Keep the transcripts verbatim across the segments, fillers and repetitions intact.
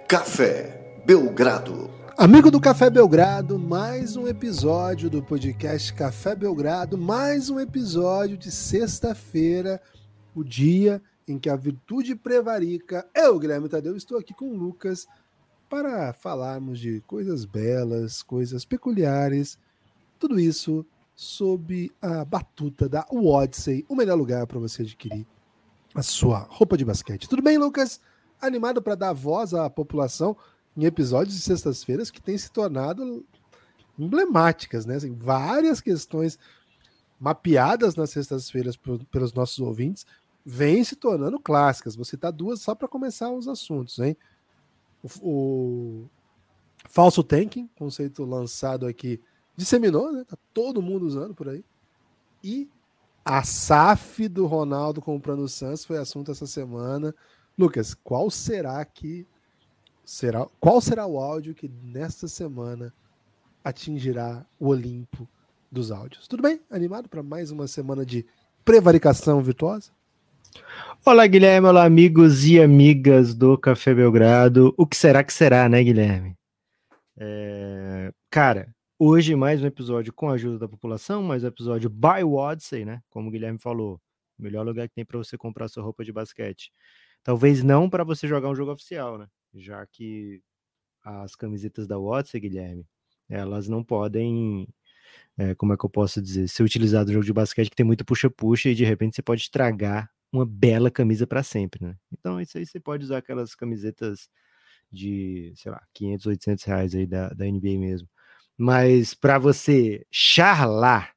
Café Belgrado. Amigo do Café Belgrado, mais um episódio do podcast Café Belgrado, mais um episódio de sexta-feira, o dia em que a virtude prevarica. Eu, Guilherme Tadeu, estou aqui com o Lucas para falarmos de coisas belas, coisas peculiares, tudo isso sob a batuta da Odyssey, o melhor lugar para você adquirir a sua roupa de basquete. Tudo bem, Lucas? Animado para dar voz à população em episódios de sextas-feiras que têm se tornado emblemáticas, né? Assim, várias questões mapeadas nas sextas-feiras pelos nossos ouvintes vêm se tornando clássicas. Vou citar duas só para começar os assuntos, hein? O, o falso tanking, conceito lançado aqui, disseminou, né? Tá todo mundo usando por aí. E a S A F do Ronaldo comprando o Suns foi assunto essa semana. Lucas, qual será que será, qual será o áudio que nesta semana atingirá o Olimpo dos áudios? Tudo bem? Animado para mais uma semana de prevaricação virtuosa? Olá, Guilherme, olá, amigos e amigas do Café Belgrado. O que será que será, né, Guilherme? É... Cara, hoje mais um episódio com a ajuda da população, mais um episódio by Odyssey, né? Como o Guilherme falou, o melhor lugar que tem para você comprar sua roupa de basquete. Talvez não para você jogar um jogo oficial, né? Já que as camisetas da Odyssey, Guilherme, elas não podem, é, como é que eu posso dizer, ser utilizadas no jogo de basquete que tem muito puxa-puxa e de repente você pode estragar uma bela camisa para sempre, né? Então isso aí você pode usar aquelas camisetas de, sei lá, quinhentos, oitocentos reais aí da, da N B A mesmo. Mas para você charlar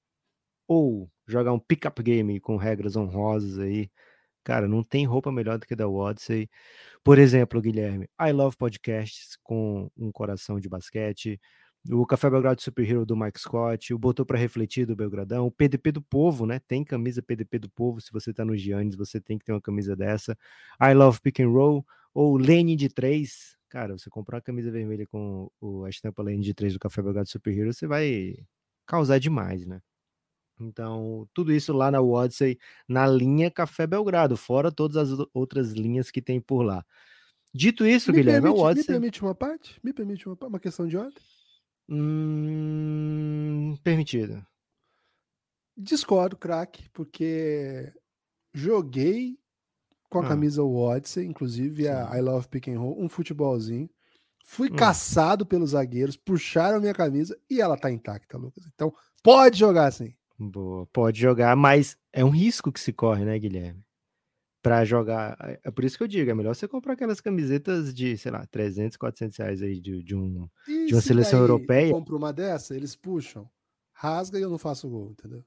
ou jogar um pick-up game com regras honrosas aí, cara, não tem roupa melhor do que a da Odyssey. Por exemplo, Guilherme, I Love Podcasts com um coração de basquete, o Café Belgrado Super Hero do Mike Scott, o Botou Pra Refletir do Belgradão, o P D P do Povo, né? Tem camisa P D P do Povo, se você tá no Giannis, você tem que ter uma camisa dessa. I Love Pick and Roll, ou Lane de três. Cara, você comprar uma camisa vermelha com o, a estampa Lane de três do Café Belgrado Super Hero, você vai causar demais, né? Então, tudo isso lá na Odyssey, na linha Café Belgrado, fora todas as outras linhas que tem por lá. Dito isso, me Guilherme, permite, a Odyssey... Me permite uma parte? Me permite uma, uma questão de ordem? Hum, permitido. Discordo, craque, porque joguei com a Ah, camisa Odyssey, inclusive sim. a I Love Pick and Roll, um futebolzinho. Fui Hum. caçado pelos zagueiros, puxaram a minha camisa e ela tá intacta, Lucas. Então, pode jogar assim. Boa, pode jogar, mas é um risco que se corre, né, Guilherme? Pra jogar, é por isso que eu digo, é melhor você comprar aquelas camisetas de, sei lá, trezentos, quatrocentos reais aí de, de, um, E de uma se seleção daí europeia. eu compro uma dessa, eles puxam, rasga e eu não faço gol, entendeu?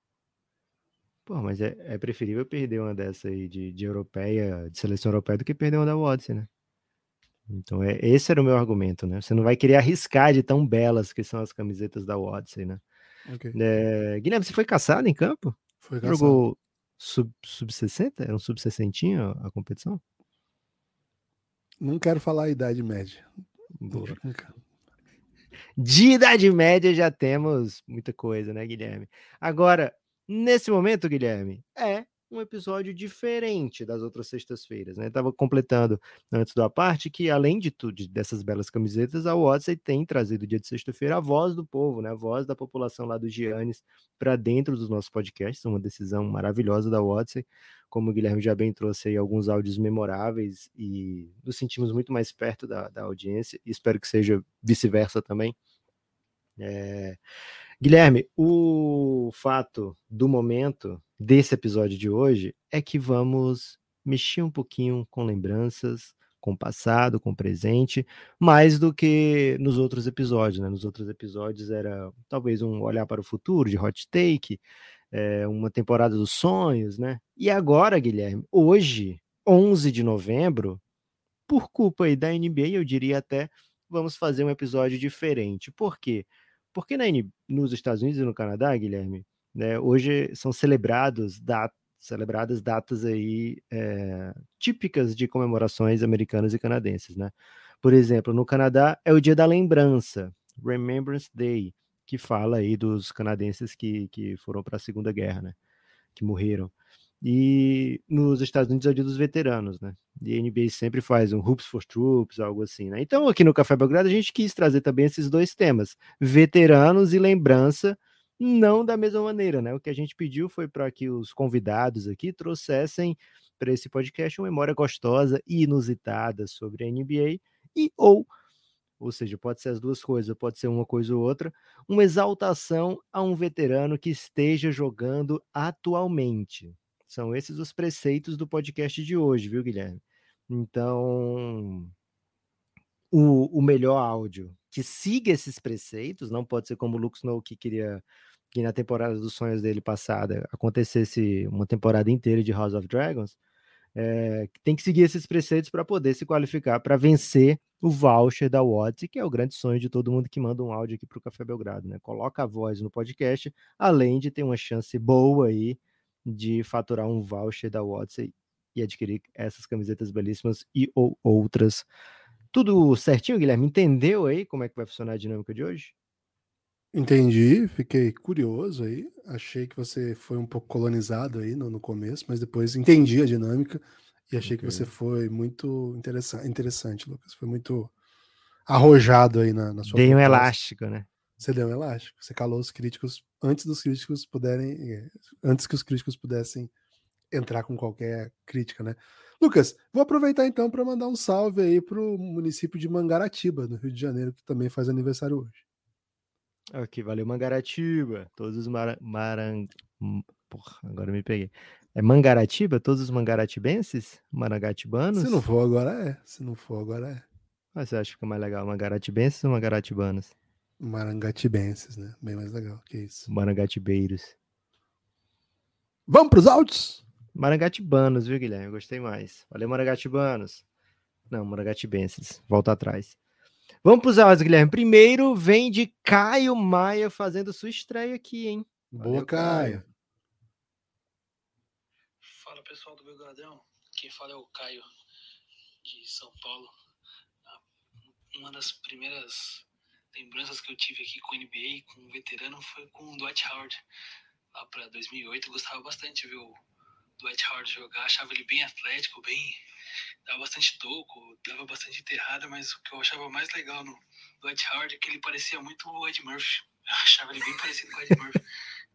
Pô, mas é, é preferível perder uma dessa aí de, de europeia, de seleção europeia, do que perder uma da Odyssey, né? Então, é, esse era o meu argumento, né? Você não vai querer arriscar de tão belas que são as camisetas da Odyssey, né? Okay. É, Guilherme, você foi caçado em campo? Foi caçado. Jogou sub, sub sessenta? Era um sub sessenta a competição? Não quero falar a idade média. Boa. De idade média já temos muita coisa, né, Guilherme? Agora, nesse momento, Guilherme, é um episódio diferente das outras sextas-feiras, né? Tava completando antes da parte que, além de tudo, dessas belas camisetas, a Odyssey tem trazido dia de sexta-feira a voz do povo, né? A voz da população lá do Giannis para dentro dos nossos podcasts, uma decisão maravilhosa da Odyssey. Como o Guilherme já bem trouxe aí alguns áudios memoráveis e nos sentimos muito mais perto da, da audiência, e espero que seja vice-versa também. É... Guilherme, o fato do momento desse episódio de hoje é que vamos mexer um pouquinho com lembranças, com o passado, com o presente, mais do que nos outros episódios, né? Nos outros episódios era talvez um olhar para o futuro, de hot take, é, uma temporada dos sonhos, né? E agora, Guilherme, hoje, onze de novembro, por culpa aí da N B A, eu diria até, vamos fazer um episódio diferente. Por quê? Porque na N... nos Estados Unidos e no Canadá, Guilherme, né, hoje são celebrados dat... celebradas datas aí é, típicas de comemorações americanas e canadenses, né? Por exemplo, no Canadá é o Dia da Lembrança, Remembrance Day, que fala aí dos canadenses que, que foram para a Segunda Guerra, né? Que morreram. E nos Estados Unidos é o dia dos veteranos, né? E a N B A sempre faz um Hoops for Troops, algo assim, né? Então aqui no Café Belgrado a gente quis trazer também esses dois temas, veteranos e lembrança, não da mesma maneira, né? O que a gente pediu foi para que os convidados aqui trouxessem para esse podcast uma memória gostosa e inusitada sobre a N B A e ou, ou seja, pode ser as duas coisas, pode ser uma coisa ou outra, uma exaltação a um veterano que esteja jogando atualmente. São esses os preceitos do podcast de hoje, viu, Guilherme? Então, o, o melhor áudio que siga esses preceitos, não pode ser como o Luke Snow, que queria que na temporada dos sonhos dele passada acontecesse uma temporada inteira de House of Dragons, é, tem que seguir esses preceitos para poder se qualificar para vencer o voucher da Watts, que é o grande sonho de todo mundo que manda um áudio aqui para o Café Belgrado, né? Coloca a voz no podcast, além de ter uma chance boa aí de faturar um voucher da Watts e adquirir essas camisetas belíssimas e ou outras. Tudo certinho, Guilherme? Entendeu aí como é que vai funcionar a dinâmica de hoje? Entendi, fiquei curioso aí. Achei que você foi um pouco colonizado aí no, no começo, mas depois entendi a dinâmica e achei okay. que você foi muito interessante, interessante, Lucas. Foi muito arrojado aí na, na sua Dei proposta. Um elástico, né? Você deu um elástico. Você calou os críticos antes dos críticos puderem, antes que os críticos pudessem entrar com qualquer crítica, né? Lucas, vou aproveitar então para mandar um salve aí para o município de Mangaratiba, no Rio de Janeiro, que também faz aniversário hoje. Ok, valeu, Mangaratiba. Todos os mara... Marang... Porra, agora me peguei. É Mangaratiba? Todos os mangaratibenses? Marangatibanos? Se não for agora é. Se não for agora é. Mas você acha que fica mais legal mangaratibenses ou mangaratibanos? Marangatibenses, né? Bem mais legal que isso. Marangatibeiros. Vamos pros áudios? Marangatibanos, viu, Guilherme? Eu gostei mais. Valeu, Marangatibanos. Não, Marangatibenses. Volta atrás. Vamos pros áudios, Guilherme. Primeiro vem de Caio Maia fazendo sua estreia aqui, hein? Boa, Valeu, Caio. Caio. Fala, pessoal do Belgradão. Quem fala é o Caio, de São Paulo. Uma das primeiras lembranças que eu tive aqui com o N B A, com um veterano, foi com o Dwight Howard. Lá para dois mil e oito, eu gostava bastante de ver o Dwight Howard jogar. Achava ele bem atlético, bem... dava bastante toco, dava bastante enterrada, mas o que eu achava mais legal no Dwight Howard é que ele parecia muito o Ed Murphy. Eu achava ele bem parecido com o Ed Murphy.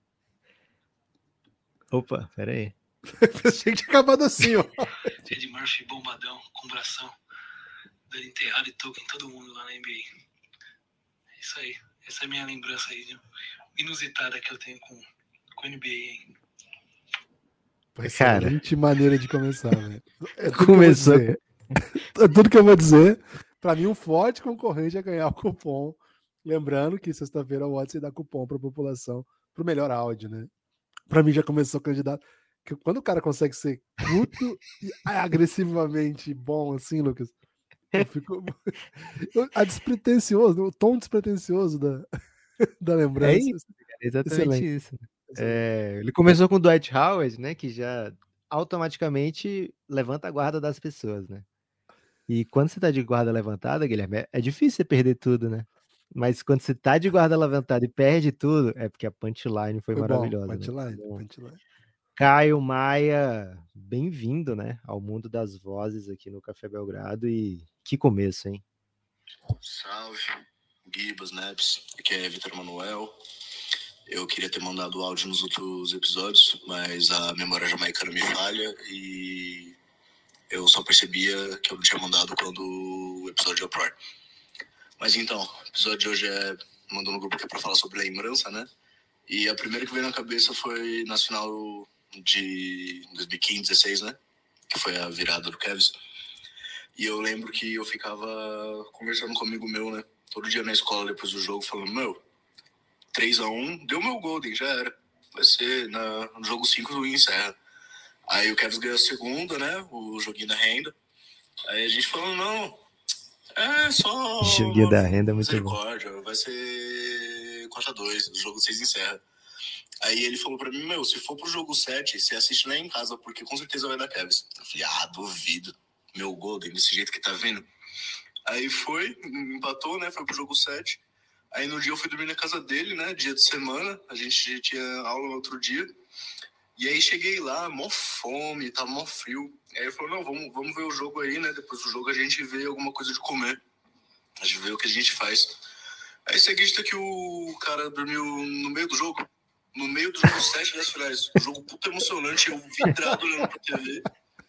Opa, pera aí. Pensei que tinha acabado assim, ó. Ed Murphy bombadão, com bração, dando enterrado e toco em todo mundo lá na N B A. É isso aí. Essa é a minha lembrança aí, viu? Inusitada que eu tenho com, com o N B A, hein? Excelente Cara, maneira de começar, velho. É começou. É tudo que eu vou dizer. Pra mim, um forte concorrente é ganhar o cupom. Lembrando que sexta-feira o Watson dá cupom pra população pro melhor áudio, né? Pra mim já começou o candidato. Que quando o cara consegue ser curto e agressivamente bom assim, Lucas, eu fico. A despretensioso, o tom despretensioso da, da lembrança. É isso, cara, exatamente Excelente. isso. É, ele começou com o Dwight Howard, né, que já automaticamente levanta a guarda das pessoas, né? E quando você tá de guarda levantada, Guilherme, é, é difícil você perder tudo, né? Mas quando você tá de guarda levantada e perde tudo, é porque a punchline foi, foi maravilhosa. Bom, punchline, né? punchline. Caio Maia, bem-vindo, né, ao mundo das vozes aqui no Café Belgrado, e que começo, hein? Salve, Gibas, Neps, aqui é Vitor Manuel. Eu queria ter mandado áudio nos outros episódios, mas a memória jamaicana me falha e eu só percebia que eu não tinha mandado quando o episódio ia pro ar. Mas então, o episódio de hoje é mandou no grupo aqui pra falar sobre lembrança, né? E a primeira que veio na cabeça foi na final de dois mil e quinze, dezesseis, né? Que foi a virada do Cavs. E eu lembro que eu ficava conversando com um amigo meu, né? Todo dia na escola, depois do jogo, falando, meu, três a um, deu meu Golden, já era. Vai ser, na, no jogo cinco encerra. Aí o Cavs ganhou a segunda, né? O joguinho da renda. Aí a gente falou, não, é só... Joguinho da renda é muito bom. Vai ser quatro a dois, o jogo seis encerra. Aí ele falou pra mim, meu, se for pro jogo sete, você assiste lá em casa, porque com certeza vai dar Cavs. Eu falei, ah, duvido. Meu Golden, desse jeito que tá vindo. Aí foi, empatou, né? Foi pro jogo sete. Aí no dia eu fui dormir na casa dele, né? Dia de semana. A gente tinha aula no outro dia. E aí cheguei lá, mó fome, tava mó frio. Aí ele falou, não, vamos, vamos ver o jogo aí, né? Depois do jogo a gente vê alguma coisa de comer. A gente vê o que a gente faz. Aí você acredita que o cara dormiu no meio do jogo? No meio do jogo sete das finais. Um jogo puta emocionante, eu vidrado olhando pra T V.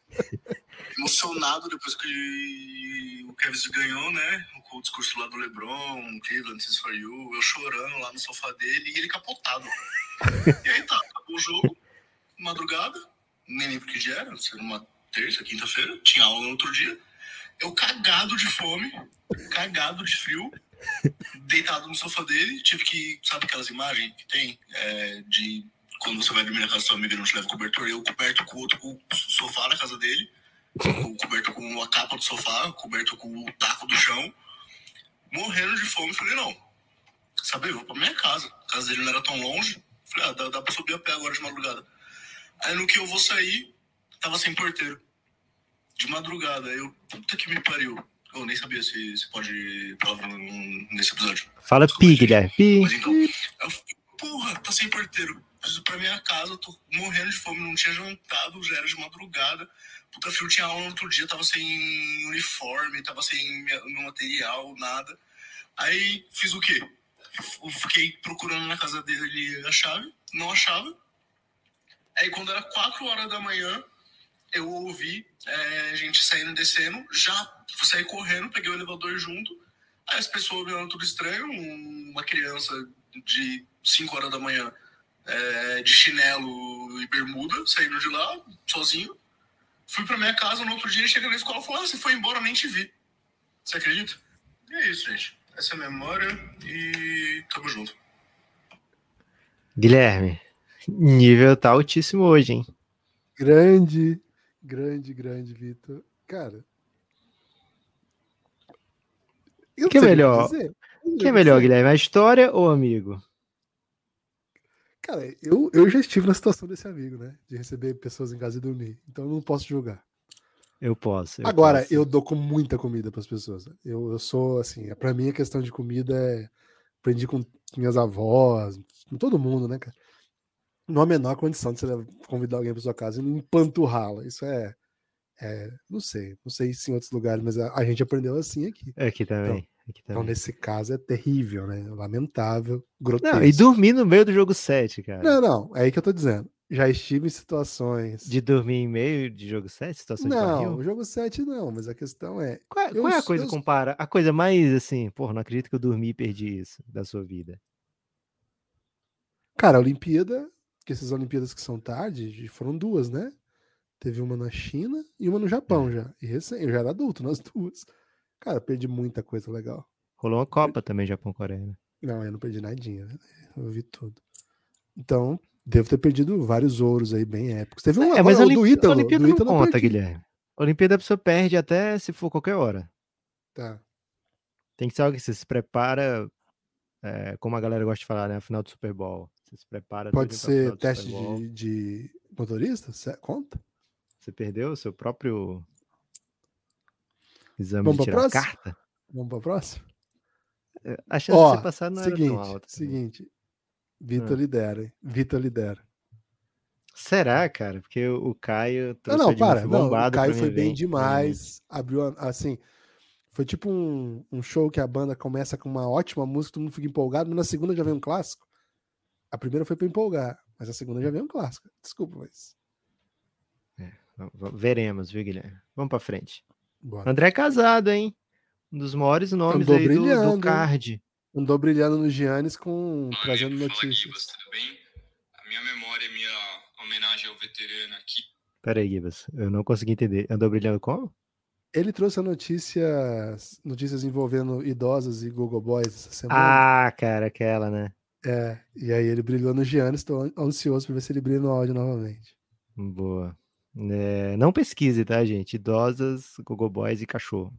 Emocionado depois que o Cavs ganhou, né? Com o discurso lá do LeBron, Cleveland, this is for you. Eu chorando lá no sofá dele e ele capotado. E aí tá, acabou o jogo. Madrugada, nem lembro que dia era, se era uma terça, quinta-feira, tinha aula no outro dia. Eu cagado de fome, cagado de frio, deitado no sofá dele, tive que, sabe aquelas imagens que tem é, de quando você vai dormir na casa do seu amigo e não te leva cobertor, eu coberto com o outro com o sofá na casa dele, coberto com a capa do sofá, coberto com o taco do chão, morrendo de fome. Falei, não, sabe, eu vou pra minha casa, a casa dele não era tão longe, falei, ah, dá, dá pra subir a pé agora de madrugada. Aí no que eu vou sair, tava sem porteiro. De madrugada. Eu, puta que me pariu. Eu nem sabia se, se pode palavra nesse episódio. Fala pi, Guilherme. Pi. Mas então, eu, porra, tá sem porteiro. Preciso pra minha casa, tô morrendo de fome, não tinha jantado, já era de madrugada. Puta frio, tinha aula no outro dia, tava sem uniforme, tava sem meu material, nada. Aí fiz o quê? Eu fiquei procurando na casa dele a chave, não achava. Aí quando era quatro horas da manhã, eu ouvi é, gente saindo e descendo, já saí correndo, peguei o elevador junto. Aí as pessoas me olhando tudo estranho, uma criança de cinco horas da manhã, é, de chinelo e bermuda, saindo de lá, sozinho. Fui pra minha casa no outro dia, cheguei na escola e falei, ah, você foi embora, eu nem te vi. Você acredita? E é isso, gente. Essa é a memória e tamo junto. Guilherme. Nível tá altíssimo hoje, hein? Grande, grande, grande, Vitor. Cara. O que é melhor? O que é melhor, Guilherme? A história ou o amigo? Cara, eu, eu já estive na situação desse amigo, né? De receber pessoas em casa e dormir. Então eu não posso julgar. Eu posso. Eu Agora, posso. eu dou com muita comida para as pessoas. Eu, eu sou, assim, pra mim a questão de comida é. Aprendi com minhas avós, com todo mundo, né, cara? Não há a menor condição de você convidar alguém para sua casa e não empanturrá-la. Isso é, é. Não sei. Não sei se em outros lugares, mas a, a gente aprendeu assim aqui. Aqui também. Então, aqui também. Então, nesse caso, é terrível, né? Lamentável, grotesco. Não, e dormir no meio do jogo sete, cara. Não, não. É aí que eu tô dizendo. Já estive em situações. De dormir em meio de jogo sete? Situação não, de barril? o jogo sete não, mas a questão é. Qual é, eu, qual é a coisa eu... que compara? A coisa mais assim, porra, não acredito que eu dormi e perdi isso da sua vida. Cara, a Olimpíada, que essas Olimpíadas que são tarde, foram duas, né? Teve uma na China e uma no Japão é. já. E recém, eu já era adulto nas duas. Cara, perdi muita coisa legal. Rolou uma Copa perdi... também, Japão-Coreia, né? Não, eu não perdi nadinha, né? Eu vi tudo. Então, devo ter perdido vários ouros aí bem épicos. Teve um é, mas agora, Olimp... do Ítalo. A Olimpíada do não Ítalo conta, perdi. Guilherme. A Olimpíada a pessoa perde até se for qualquer hora. Tá. Tem que ser algo que você se prepara, é, como a galera gosta de falar, né? A final do Super Bowl. Você se prepara. Pode ser teste de, de motorista? Cê conta? Você perdeu o seu próprio exame Vamos de tirar a carta? Vamos para a próxima? A chance Ó, de você passar não seguinte, era tão alta. Seguinte, Vitor ah. lidera, hein? Vitor lidera. Será, cara? Porque o Caio trouxe não, não, para. Não, o Caio pra foi mim, bem bem, demais. Bem. Abriu, assim, foi tipo um, um show que a banda começa com uma ótima música, todo mundo fica empolgado, mas na segunda já vem um clássico. A primeira foi pra empolgar, mas a segunda já vem um clássico. Desculpa, mas... É, veremos, viu, Guilherme? Vamos pra frente. Bora. André Casado, hein? Um dos maiores nomes Andou aí do, do card. Hein? Andou brilhando no Giannis com Fala, trazendo fala, notícias. Gibas, tudo bem? A minha memória é minha homenagem ao veterano aqui. Peraí, Gibas, eu não consegui entender. Andou brilhando como? Ele trouxe notícias, notícias envolvendo idosos e Gogo Boys essa semana. Ah, cara, aquela, né? É, e aí ele brilhou no Giannis, estou ansioso para ver se ele brilha no áudio novamente. Boa. É, não pesquise, tá, gente? Idosas, Gogo Boys e cachorro.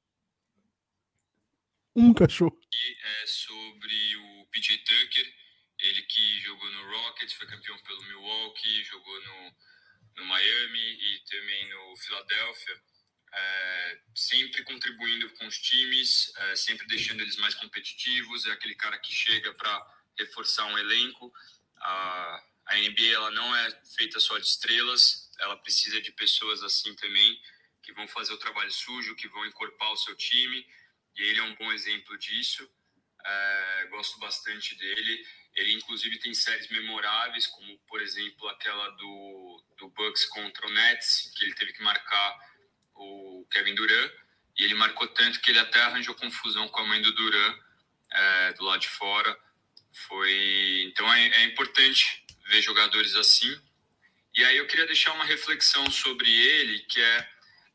Um cachorro. E é sobre o P J Tucker, ele que jogou no Rockets, foi campeão pelo Milwaukee, jogou no, no Miami e também no Philadelphia, é, sempre contribuindo com os times, é, sempre deixando eles mais competitivos, é aquele cara que chega para reforçar um elenco. A, A N B A ela não é feita só de estrelas, ela precisa de pessoas assim também, que vão fazer o trabalho sujo, que vão encorpar o seu time, e ele é um bom exemplo disso. É, gosto bastante dele. Ele, inclusive, tem séries memoráveis, como, por exemplo, aquela do, do Bucks contra o Nets, que ele teve que marcar o Kevin Durant, e ele marcou tanto que ele até arranjou confusão com a mãe do Durant, é, do lado de fora. Foi... Então, é, é importante ver jogadores assim. E aí eu queria deixar uma reflexão sobre ele, que é...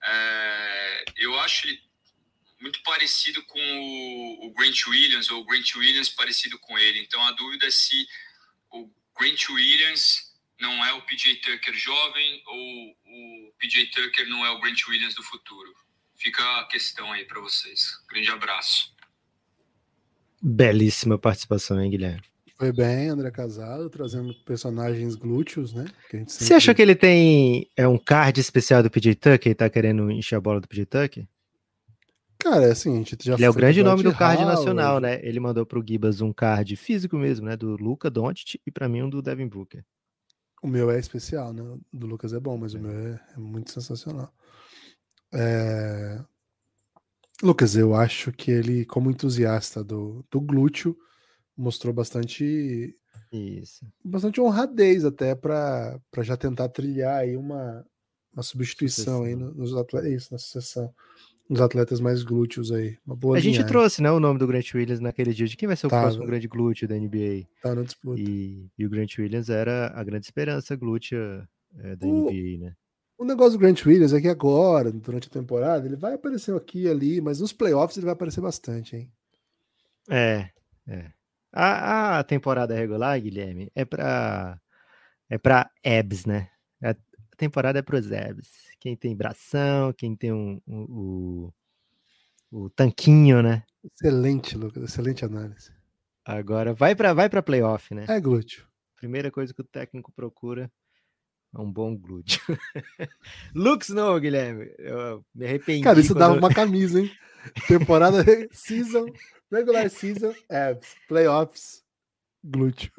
é eu acho ele muito parecido com o, o Grant Williams, ou o Grant Williams parecido com ele. Então, a dúvida é se o Grant Williams não é o P J Tucker jovem ou o P J Tucker não é o Grant Williams do futuro. Fica a questão aí para vocês. Grande abraço. Belíssima participação, hein, Guilherme? Foi bem, André Casado, trazendo personagens glúteos, né? Que a gente sempre... Você achou que ele tem é um card especial do P J Tucker e tá querendo encher a bola do P J Tucker? Cara, assim, a gente já Ele é o grande nome do card Howard, nacional, né? Ele mandou pro Gibas um card físico mesmo, né? Do Luka Doncic e pra mim um do Devin Booker. O meu é especial, né? O do Lucas é bom, mas é. o meu é, é muito sensacional. É... Lucas, eu acho que ele, como entusiasta do, do glúteo, mostrou bastante Isso. bastante honradez até para já tentar trilhar aí uma, uma substituição aí nos atletas, isso, na sucessão. Os atletas mais glúteos aí. Uma boa a linhagem. gente trouxe, né, o nome do Grant Williams naquele dia de quem vai ser o tá, próximo grande glúteo da N B A. Tá na disputa. E, e o Grant Williams era a grande esperança glútea é, da o, N B A, né? O negócio do Grant Williams é que agora, durante a temporada, ele vai aparecer aqui e ali, mas nos playoffs ele vai aparecer bastante, hein? É, é. A, a temporada regular, Guilherme, é pra, é pra Ebs, né? A temporada é pros Ebs. Quem tem bração, quem tem um, um, um o tanquinho, né? Excelente, Lucas. Excelente análise. Agora vai para vai para playoff, né? É glúteo. Primeira coisa que o técnico procura é um bom glúteo. Lux não, Guilherme. Eu me arrependi. Cara, isso dava eu... uma camisa, hein? Temporada season, regular season, abs, playoffs, glúteo.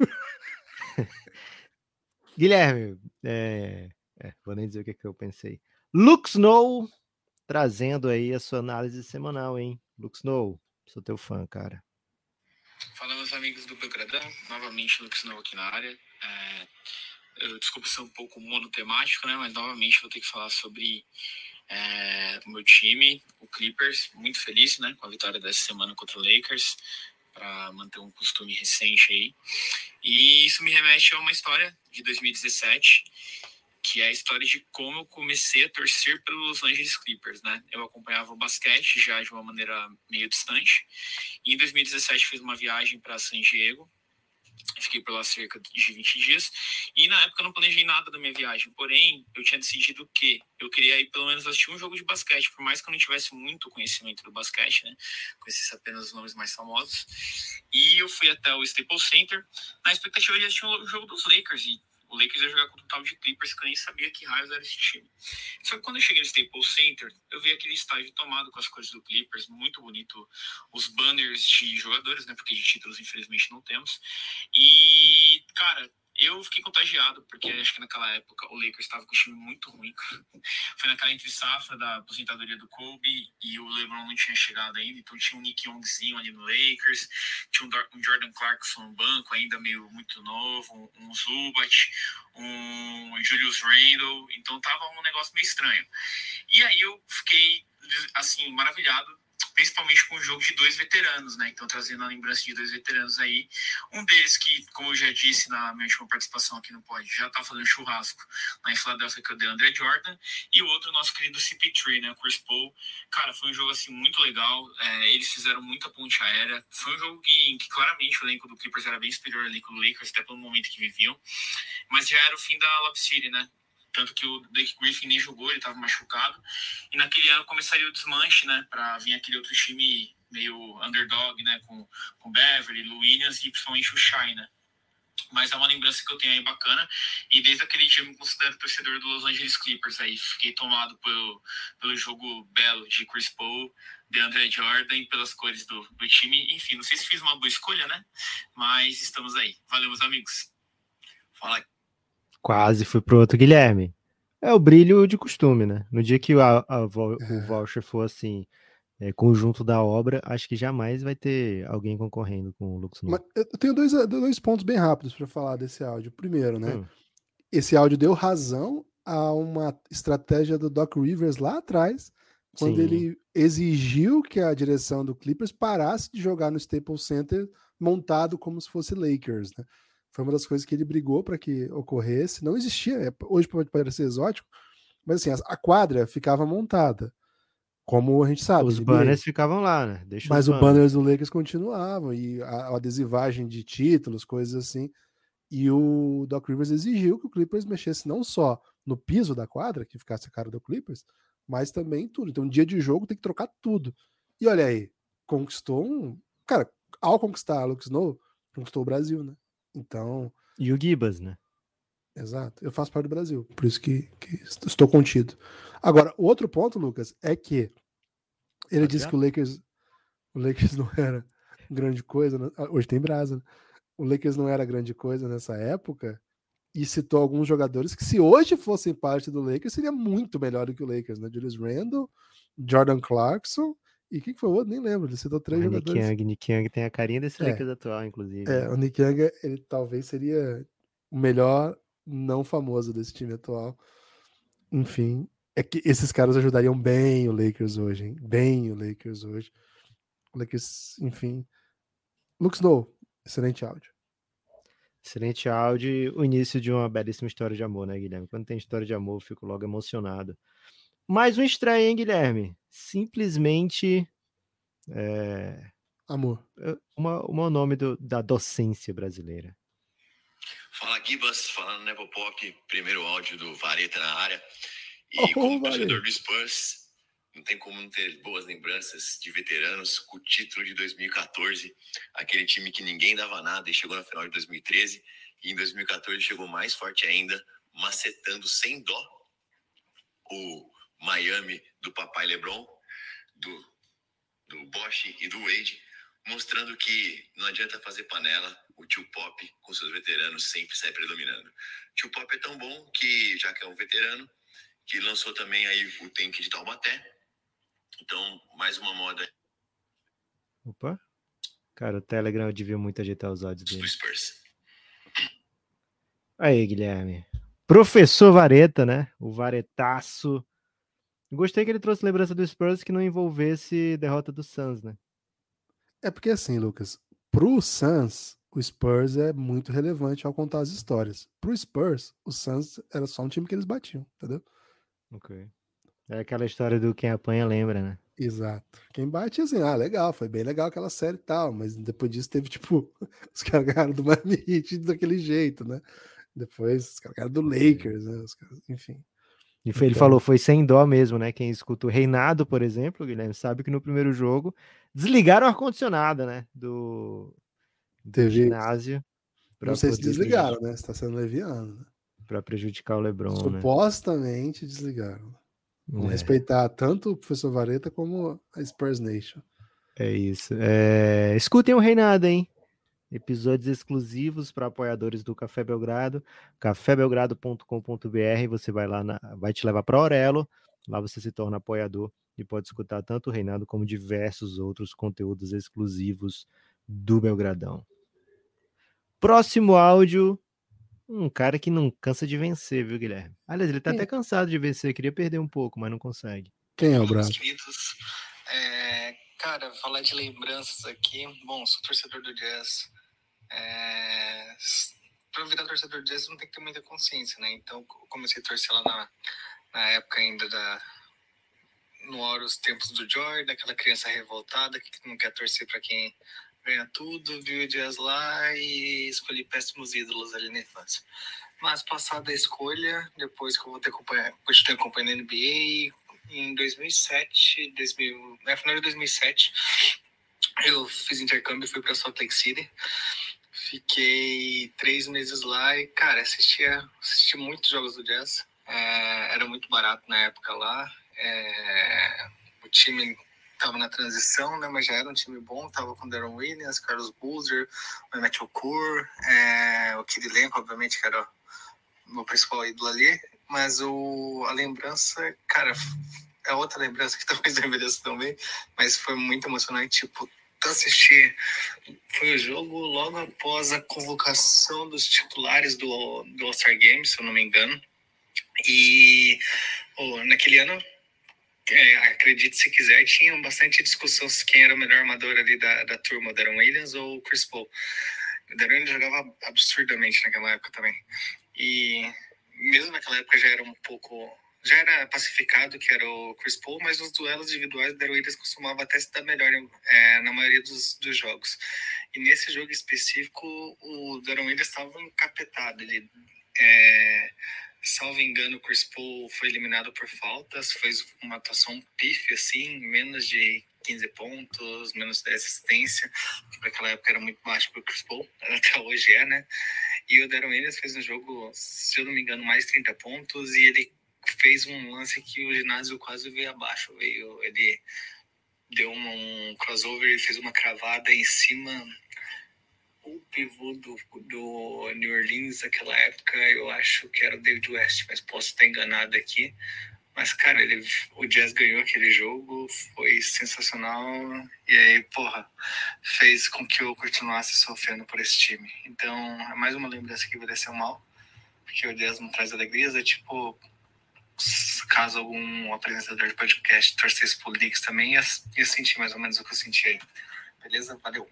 Guilherme, é... É, vou nem dizer o que, que eu pensei. Lux no trazendo aí a sua análise semanal, hein? Lux no, sou teu fã, cara. Fala, meus amigos do Belgradão, novamente Lux no aqui na área. É... Eu, desculpa ser um pouco monotemático, né? Mas novamente vou ter que falar sobre é, o meu time, o Clippers. Muito feliz, né, com a vitória dessa semana contra o Lakers, para manter um costume recente aí. E isso me remete a uma história de dois mil e dezessete, que é a história de como eu comecei a torcer pelos Los Angeles Clippers, né? Eu acompanhava o basquete já de uma maneira meio distante. E em dois mil e dezessete fiz uma viagem para San Diego. Fiquei por lá cerca de vinte dias. E na época eu não planejei nada da minha viagem. Porém, eu tinha decidido que eu queria ir pelo menos assistir um jogo de basquete. Por mais que eu não tivesse muito conhecimento do basquete, né? Conhecesse apenas os nomes mais famosos. E eu fui até o Staples Center na expectativa de assistir o jogo dos Lakers. E o Lakers ia jogar contra o tal de Clippers, que eu nem sabia que raios era esse time. Só que quando eu cheguei no Staples Center, eu vi aquele estádio tomado com as cores do Clippers, muito bonito, os banners de jogadores, né, porque de títulos infelizmente não temos. E, cara, eu fiquei contagiado, porque acho que naquela época o Lakers estava com um time muito ruim. Foi naquela entre-safra da aposentadoria do Kobe e o LeBron não tinha chegado ainda, então tinha um Nick Youngzinho ali no Lakers, tinha um Jordan Clarkson no banco, ainda meio muito novo, um Zubat, um Julius Randle, então tava um negócio meio estranho. E aí eu fiquei, assim, maravilhado, principalmente com o jogo de dois veteranos, né? Então, trazendo a lembrança de dois veteranos aí. Um deles que, como eu já disse na minha última participação aqui no Pod, já tá fazendo churrasco lá em Filadélfia, que é o DeAndre Jordan. E o outro, nosso querido C P três, né? O Chris Paul. Cara, foi um jogo, assim, muito legal. É, eles fizeram muita ponte aérea. Foi um jogo que, que claramente o elenco do Clippers era bem superior ao elenco do Lakers, até pelo momento que viviam. Mas já era o fim da Lob City, né? Tanto que o Blake Griffin nem jogou, ele estava machucado. E naquele ano começaria o desmanche, né? Para vir aquele outro time meio underdog, né? Com, com Beverly, Lou Williams e principalmente o Shai, né? Mas é uma lembrança que eu tenho aí bacana. E desde aquele dia eu me considero torcedor do Los Angeles Clippers. Aí fiquei tomado pelo, pelo jogo belo de Chris Paul, DeAndre Jordan e pelas cores do, do time. Enfim, não sei se fiz uma boa escolha, né? Mas estamos aí. Valeu, meus amigos. Fala, Quase fui pro outro, Guilherme. É o brilho de costume, né? No dia que a, a, o voucher for assim, é, conjunto da obra, acho que jamais vai ter alguém concorrendo com o Lux Novo. Mas eu tenho dois, dois pontos bem rápidos para falar desse áudio. Primeiro, né? Hum. Esse áudio deu razão a uma estratégia do Doc Rivers lá atrás, quando Sim. ele exigiu que a direção do Clippers parasse de jogar no Staples Center montado como se fosse Lakers, né? Foi uma das coisas que ele brigou para que ocorresse. Não existia, hoje pode parecer exótico, mas assim, a quadra ficava montada, como a gente sabe. Os N B A. banners ficavam lá, né? Deixa Mas os o banners. banners do Lakers continuavam, e a, a adesivagem de títulos, coisas assim. E o Doc Rivers exigiu que o Clippers mexesse não só no piso da quadra, que ficasse a cara do Clippers, mas também em tudo. Então, um dia de jogo tem que trocar tudo. E olha aí, conquistou um... Cara, ao conquistar a Lux Snow, conquistou o Brasil, né? Então... E o Gibas, né? Exato. Eu faço parte do Brasil, por isso que, que estou contido. Agora, o outro ponto, Lucas, é que ele Pode disse ser? que o Lakers, o Lakers não era grande coisa, né? Hoje tem brasa, né? O Lakers não era grande coisa nessa época, e citou alguns jogadores que, se hoje fossem parte do Lakers, seria muito melhor do que o Lakers, né? Julius Randle, Jordan Clarkson, e quem que foi o outro? Nem lembro, ele citou três Mas jogadores. Nick Young, Nick Young tem a carinha desse É. Lakers atual, inclusive. É, o Nick Young, ele talvez seria o melhor não famoso desse time atual. Enfim, é que esses caras ajudariam bem o Lakers hoje, hein? Bem o Lakers hoje. O Lakers, enfim. Lux Snow, excelente áudio. Excelente áudio, o início de uma belíssima história de amor, né, Guilherme? Quando tem história de amor, eu fico logo emocionado. Mais um estreia, hein, Guilherme? Simplesmente é... Amor. Uma, uma nome do, da docência brasileira. Fala, Gibas, falando Nepopop, primeiro áudio do Vareta na área. E Oh, como Vareta. torcedor do Spurs, não tem como não ter boas lembranças de veteranos com o título de dois mil e catorze, aquele time que ninguém dava nada e chegou na final de dois mil e treze, e em dois mil e catorze chegou mais forte ainda, macetando sem dó o Miami do papai LeBron, do, do Bosh e do Wade, mostrando que não adianta fazer panela, o tio Pop com seus veteranos sempre sai predominando. O tio Pop é tão bom que, já que é um veterano, que lançou também aí o tank de Taubaté. Então, mais uma moda. Opa. Cara, o Telegram eu devia muito ajeitar os áudios dele. Do Spurs. Aí, Guilherme. Professor Vareta, né? O Varetaço. Gostei que ele trouxe lembrança do Spurs que não envolvesse derrota do Suns, né? É porque assim, Lucas, pro Suns, o Spurs é muito relevante ao contar as histórias. Pro Spurs, o Suns era só um time que eles batiam, entendeu? Ok. É aquela história do quem apanha lembra, né? Exato. Quem bate, assim, ah, legal, foi bem legal aquela série e tal, mas depois disso teve, tipo, os caras ganharam do Miami Heat daquele jeito, né? Depois os caras ganharam do Lakers, né? Os caras, enfim. E foi, ele Então- falou, foi sem dó mesmo, né? Quem escuta o Reinado, por exemplo, Guilherme, sabe que no primeiro jogo desligaram o ar-condicionado, né? Do, do Teve- ginásio. pra Não sei se poder desligaram, prejudicar- né? Você tá sendo leviano, né? Pra prejudicar o LeBron, né? Supostamente desligaram. Vamos É. respeitar tanto o professor Vareta como a Spurs Nation. É isso. É... Escutem o Reinado, hein? Episódios exclusivos para apoiadores do Café Belgrado, café belgrado ponto com ponto b r. Você vai lá, na... vai te levar para Aurelo. Lá você se torna apoiador e pode escutar tanto o Reinado como diversos outros conteúdos exclusivos do Belgradão. Próximo áudio. Um cara que não cansa de vencer, viu, Guilherme? Aliás, ele tá Quem? até cansado de vencer. Queria perder um pouco, mas não consegue. Quem é o Fala, meus Bravo? queridos. É, cara, falar de lembranças aqui. Bom, sou torcedor do Jazz. É, para virar torcedor do Jazz não tem que ter muita consciência, né? Então, eu comecei a torcer lá na, na época ainda da... No auge os tempos do Jordan, aquela criança revoltada que não quer torcer para quem ganha tudo, viu o Jazz lá e escolhi péssimos ídolos ali na infância. Mas passada a escolha, depois que eu vou ter acompanhado, continuei acompanhando a N B A, em dois mil e sete, dois mil, no final de dois mil e sete, eu fiz intercâmbio e fui para Salt Lake City. Fiquei três meses lá e, cara, assistia, assistia muitos jogos do Jazz. É, era muito barato na época lá. É, o time estava na transição, né, mas já era um time bom. Tava com Deron Williams, Carlos Boozer, o Matthew Okur, é, o Kid Lenko, obviamente, que era meu principal ídolo ali, mas o, a lembrança, cara, é outra lembrança que talvez eu envelheça também, mas foi muito emocionante, tipo, assistir. Foi o jogo logo após a convocação dos titulares do, do All-Star Game, se eu não me engano, e oh, naquele ano, é, acredite se quiser, tinha bastante discussão se quem era o melhor armador ali da, da turma, o Deron Williams ou o Chris Paul. O Deron Williams jogava absurdamente naquela época também. E mesmo naquela época já era um pouco... Já era pacificado que era o Chris Paul, mas nos duelos individuais o Deron Williams costumava até se dar melhor é, na maioria dos, dos jogos. E nesse jogo específico, o Deron Williams estava encapetado. Ele, é, salvo engano, o Chris Paul foi eliminado por faltas, fez uma atuação pífia, assim, menos de quinze pontos, menos de dez assistência, que naquela época era muito baixo para o Chris Paul, até hoje é, né? E o Deron Williams fez no jogo, se eu não me engano, mais trinta pontos, e ele fez um lance que o ginásio quase veio abaixo. Veio, ele deu um, um crossover e fez uma cravada em cima o pivô do, do New Orleans naquela época. Eu acho que era o David West, mas posso estar enganado aqui. Mas, cara, ele, o Jazz ganhou aquele jogo, foi sensacional. E aí, porra, fez com que eu continuasse sofrendo por esse time. Então, é mais uma lembrança que envelheceu mal, porque o Jazz não traz alegrias. É tipo... caso algum apresentador de podcast torcesse pro Knicks também, ia, ia sentir mais ou menos o que eu senti aí. Beleza? Valeu.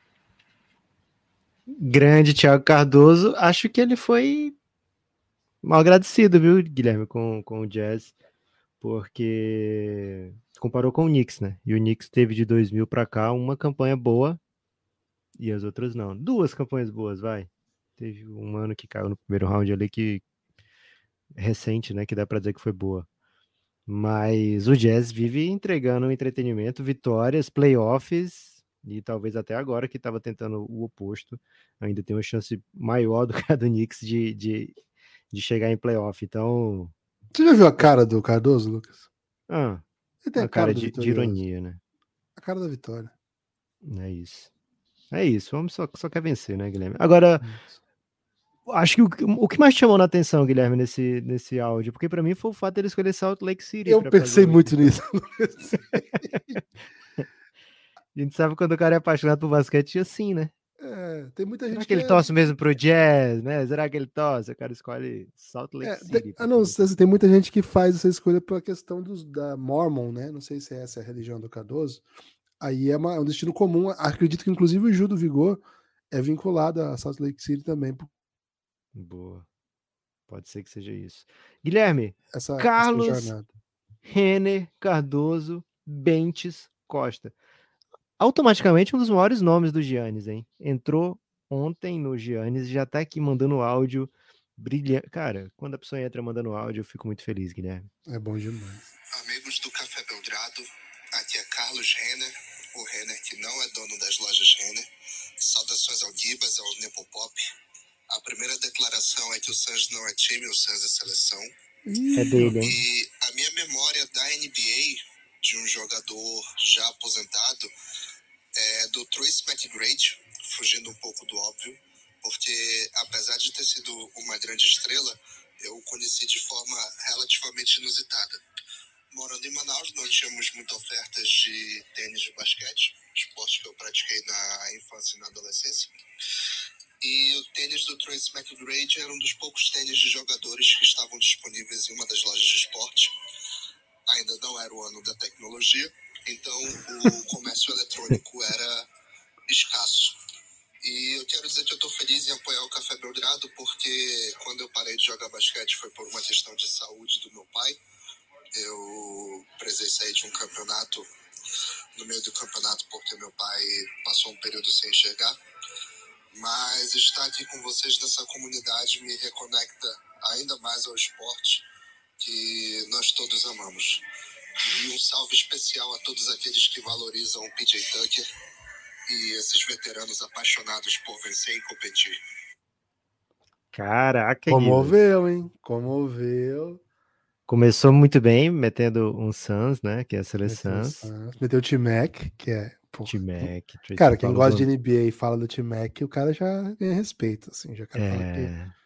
Grande Thiago Cardoso. Acho que ele foi mal agradecido, viu, Guilherme, com, com o Jazz, porque comparou com o Knicks, né? E o Knicks teve de dois mil pra cá uma campanha boa e as outras não. Duas campanhas boas, vai. Teve um ano que caiu no primeiro round ali que recente, né, que dá pra dizer que foi boa. Mas o Jazz vive entregando entretenimento, vitórias, playoffs, e talvez até agora que estava tentando o oposto, ainda tem uma chance maior do que a do Knicks de, de, de chegar em playoff. Então... Você já viu a cara do Cardoso, Lucas? Ah, ele tem a a cara, cara do de, de vitorioso. ironia, né? A cara da vitória. É isso. É isso, o homem só, só quer vencer, né, Guilherme? Agora... Isso. Acho que o, o que mais chamou na atenção, Guilherme, nesse, nesse áudio, porque pra mim foi o fato dele escolher Salt Lake City. Eu pensei muito nisso. A gente sabe quando o cara é apaixonado por basquete assim, né? É, tem muita gente Será que, que ele é... torce mesmo pro Jazz, né? Será que ele torce? O cara escolhe Salt Lake é, City. Tem, ah, não, tem muita gente que faz essa escolha pela questão dos, da Mormon, né? Não sei se é essa a religião do Cardoso. Aí é, uma, é um destino comum. Acredito que inclusive o Gil do Vigor é vinculado a Salt Lake City também. Boa. Pode ser que seja isso. Guilherme, essa, Carlos essa Renner Cardoso Bentes Costa. Automaticamente um dos maiores nomes do Giannis, hein? Entrou ontem no Giannis e já tá aqui mandando áudio brilhante. Cara, quando a pessoa entra mandando áudio, eu fico muito feliz, Guilherme. É bom demais. Amigos do Café Belgrado, aqui é Carlos Renner, o Renner que não é dono das lojas Renner. Saudações ao Gibas, ao Nepopop. A primeira declaração é que o Suns não é time, o Suns é seleção. É dele, hein? E a minha memória da N B A, de um jogador já aposentado, é do Tracy McGrady, fugindo um pouco do óbvio, porque apesar de ter sido uma grande estrela, eu o conheci de forma relativamente inusitada. Morando em Manaus, não tínhamos muitas ofertas de tênis de basquete, esporte que eu pratiquei na infância e na adolescência. E o tênis do Tracy McGrady era um dos poucos tênis de jogadores que estavam disponíveis em uma das lojas de esporte. Ainda não era o ano da tecnologia, então o comércio eletrônico era escasso. E eu quero dizer que eu estou feliz em apoiar o Café Belgrado, porque quando eu parei de jogar basquete foi por uma questão de saúde do meu pai. Eu presenciei de um campeonato, no meio do campeonato, porque meu pai passou um período sem enxergar. Mas estar aqui com vocês nessa comunidade me reconecta ainda mais ao esporte que nós todos amamos. E um salve especial a todos aqueles que valorizam o P J Tucker e esses veteranos apaixonados por vencer e competir. Caraca, comoveu, hein? Comoveu. Começou muito bem, metendo um Suns, né? Que é a seleção. Meteu o T-Mac, que é... T-Mac. Cara, quem gosta do... de N B A e fala do T-Mac, o cara já ganha respeito, assim. Já quero é... falar que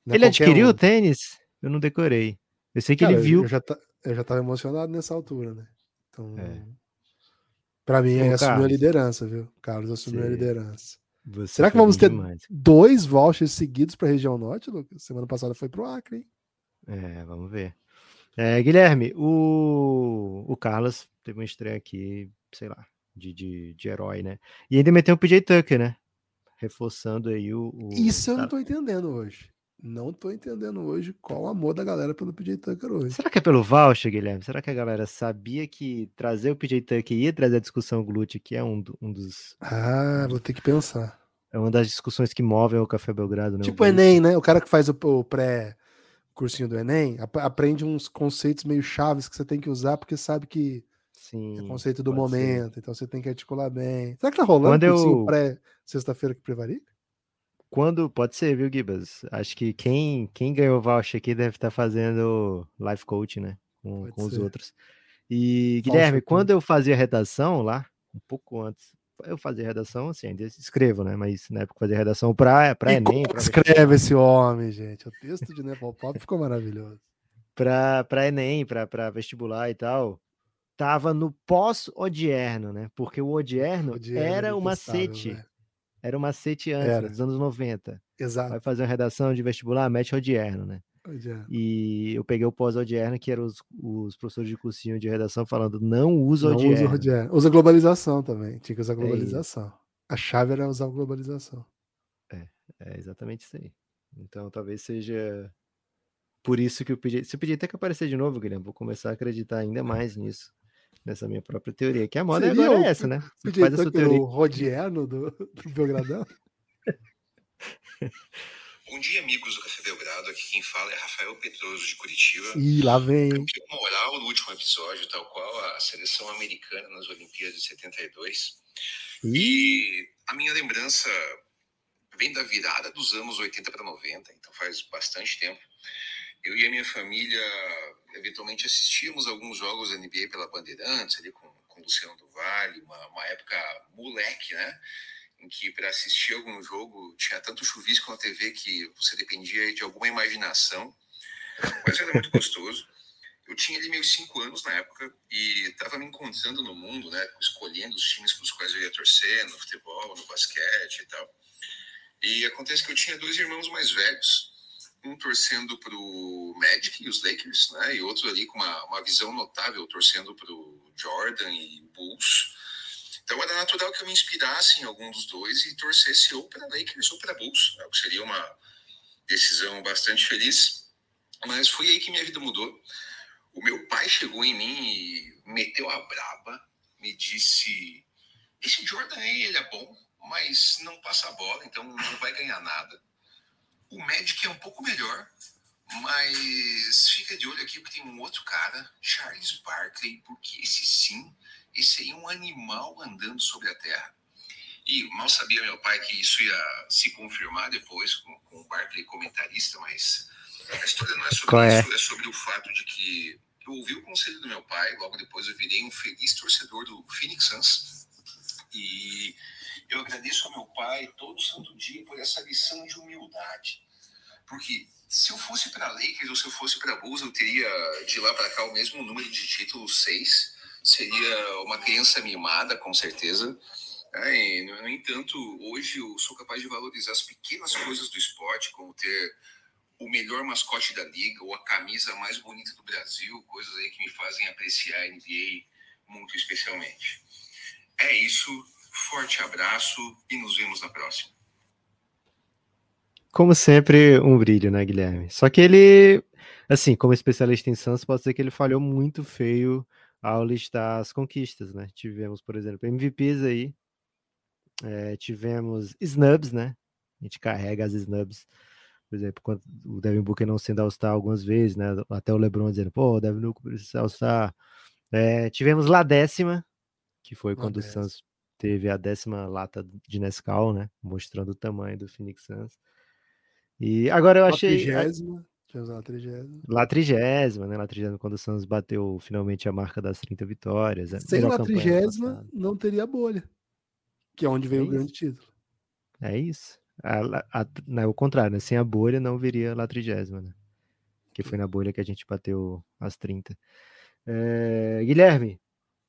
Não é Ele qualquer adquiriu um. o tênis? Eu não decorei. Eu sei que Cara, ele viu. Eu já, ta- eu já tava emocionado nessa altura, né? Então, É. pra mim, aí Ô, assumiu a Carlos, liderança, viu? Carlos assumiu a você, liderança. você Será que foi vamos bem ter demais. dois vouchers seguidos pra região norte, Lucas? Semana passada foi pro Acre, hein? É, vamos ver. É, Guilherme, o, o Carlos teve uma estreia aqui, sei lá, de, de, de herói, né? E ainda meteu o P J Tucker, né? Reforçando aí o... o Isso eu não tá- tô entendendo hoje. Não tô entendendo hoje qual o amor da galera pelo P J Tucker hoje. Será que é pelo voucher, Guilherme? Será que a galera sabia que trazer o P J Tucker ia trazer a discussão glútea, que é um, do- um dos... Ah, vou ter que pensar. É uma das discussões que movem o Café Belgrado, né? Tipo o glúteo. Enem, né? O cara que faz o, o pré-cursinho do Enem ap- aprende uns conceitos meio chaves que você tem que usar porque sabe que Sim, é conceito do pode ser. momento, então você tem que articular bem. Será que tá rolando Quando cursinho eu... pré-sexta-feira que prevarica? Quando, pode ser, viu, Gibas? Acho que quem, quem ganhou o voucher aqui deve estar fazendo life coach, né? Com, Pode com os ser. outros. E, Voucher Guilherme, coach. quando eu fazia redação lá, um pouco antes, eu fazia redação, assim, ainda escrevo, né? Mas na época eu fazia redação para para E Enem, como para escreve esse homem, gente? O texto de Nepopop ficou maravilhoso. para para Enem, para para vestibular e tal. Tava no pós-odierno, né? Porque o odierno Odierno era o detestável, macete. velho. Era o macete antes, Era. né, dos anos noventa. Vai Exato. fazer uma redação de vestibular, mete odierno, né? Odierno. E eu peguei o pós-odierno, que eram os, os professores de cursinho de redação falando, não usa Não usa o odierno. Odierno. Usa globalização também. Tinha que usar É globalização. A chave era usar globalização. É, é exatamente isso aí. Então talvez seja por isso que o P J... Se o P J Tucker aparecer de novo, Guilherme, vou começar a acreditar ainda mais nisso, nessa minha própria teoria. Que a moda Seria agora o é essa, né? Você P J faz a sua Tucker teoria. o Rodierno do, do Belgradão? Bom dia, amigos do Café Belgrado. Aqui quem fala é Rafael Pedroso, de Curitiba. Ih, lá vem. Campeão moral no último episódio, tal qual a seleção americana nas Olimpíadas de setenta e dois. E a minha lembrança vem da virada dos anos oitenta para noventa, então faz bastante tempo. Eu e a minha família eventualmente assistíamos alguns jogos da N B A pela Bandeirantes, ali com, com o Luciano do Vale, uma, uma época moleque, né? Em que para assistir algum jogo tinha tanto chuvisco na T V que você dependia de alguma imaginação, mas era muito gostoso. Eu tinha ali meus cinco anos na época e estava me encontrando no mundo, né, escolhendo os times para os quais eu ia torcer, no futebol, no basquete e tal. E acontece que eu tinha dois irmãos mais velhos, um torcendo para o Magic e os Lakers, né, e outro ali com uma, uma visão notável, torcendo para o Jordan e Bulls. Então era natural que eu me inspirasse em algum dos dois e torcesse ou para Lakers ou para Bulls, né, o que seria uma decisão bastante feliz. Mas foi aí que minha vida mudou. O meu pai chegou em mim e meteu a braba, me disse, esse Jordan aí, ele é bom, mas não passa a bola, então não vai ganhar nada. O Magic é um pouco melhor, mas fica de olho aqui porque tem um outro cara, Charles Barkley, porque esse sim, esse aí é um animal andando sobre a terra. E mal sabia meu pai que isso ia se confirmar depois com, com o Barkley comentarista, mas a história não é sobre Qual é? isso, é sobre o fato de que eu ouvi o conselho do meu pai, logo depois eu virei um feliz torcedor do Phoenix Suns. E eu agradeço ao meu pai todo santo dia por essa lição de humildade. Porque se eu fosse para Lakers ou se eu fosse para Bulls, eu teria de lá para cá o mesmo número de títulos, seis. Seria uma criança mimada, com certeza. É, no, no entanto, hoje eu sou capaz de valorizar as pequenas coisas do esporte, como ter o melhor mascote da liga ou a camisa mais bonita do Brasil, coisas aí que me fazem apreciar a N B A muito especialmente. É isso, forte abraço e nos vemos na próxima. Como sempre, um brilho, né, Guilherme? Só que ele, assim, como especialista em Suns, pode ser que ele falhou muito feio ao listar as conquistas, né? Tivemos, por exemplo, M V Ps aí, é, tivemos snubs, né? A gente carrega as snubs. Por exemplo, quando o Devin Booker não sendo All-Star algumas vezes, né? Até o LeBron dizendo, pô, o Devin Booker precisa ser All-Star. É, tivemos lá décima, que foi quando o Suns teve a décima lata de Nescau, né? Mostrando o tamanho do Phoenix Suns. E agora eu achei... Trigésima, tivemos lá a trigésima. Lá trigésima, né? Lá trigésima, quando o Suns bateu finalmente a marca das trinta vitórias. Sem lá trigésima, não teria bolha. Que é onde veio é o grande título. É isso. A, a, não, é o contrário, né? Sem a bolha não viria lá a trigésima, né? Que foi na bolha que a gente bateu as trinta. É, Guilherme,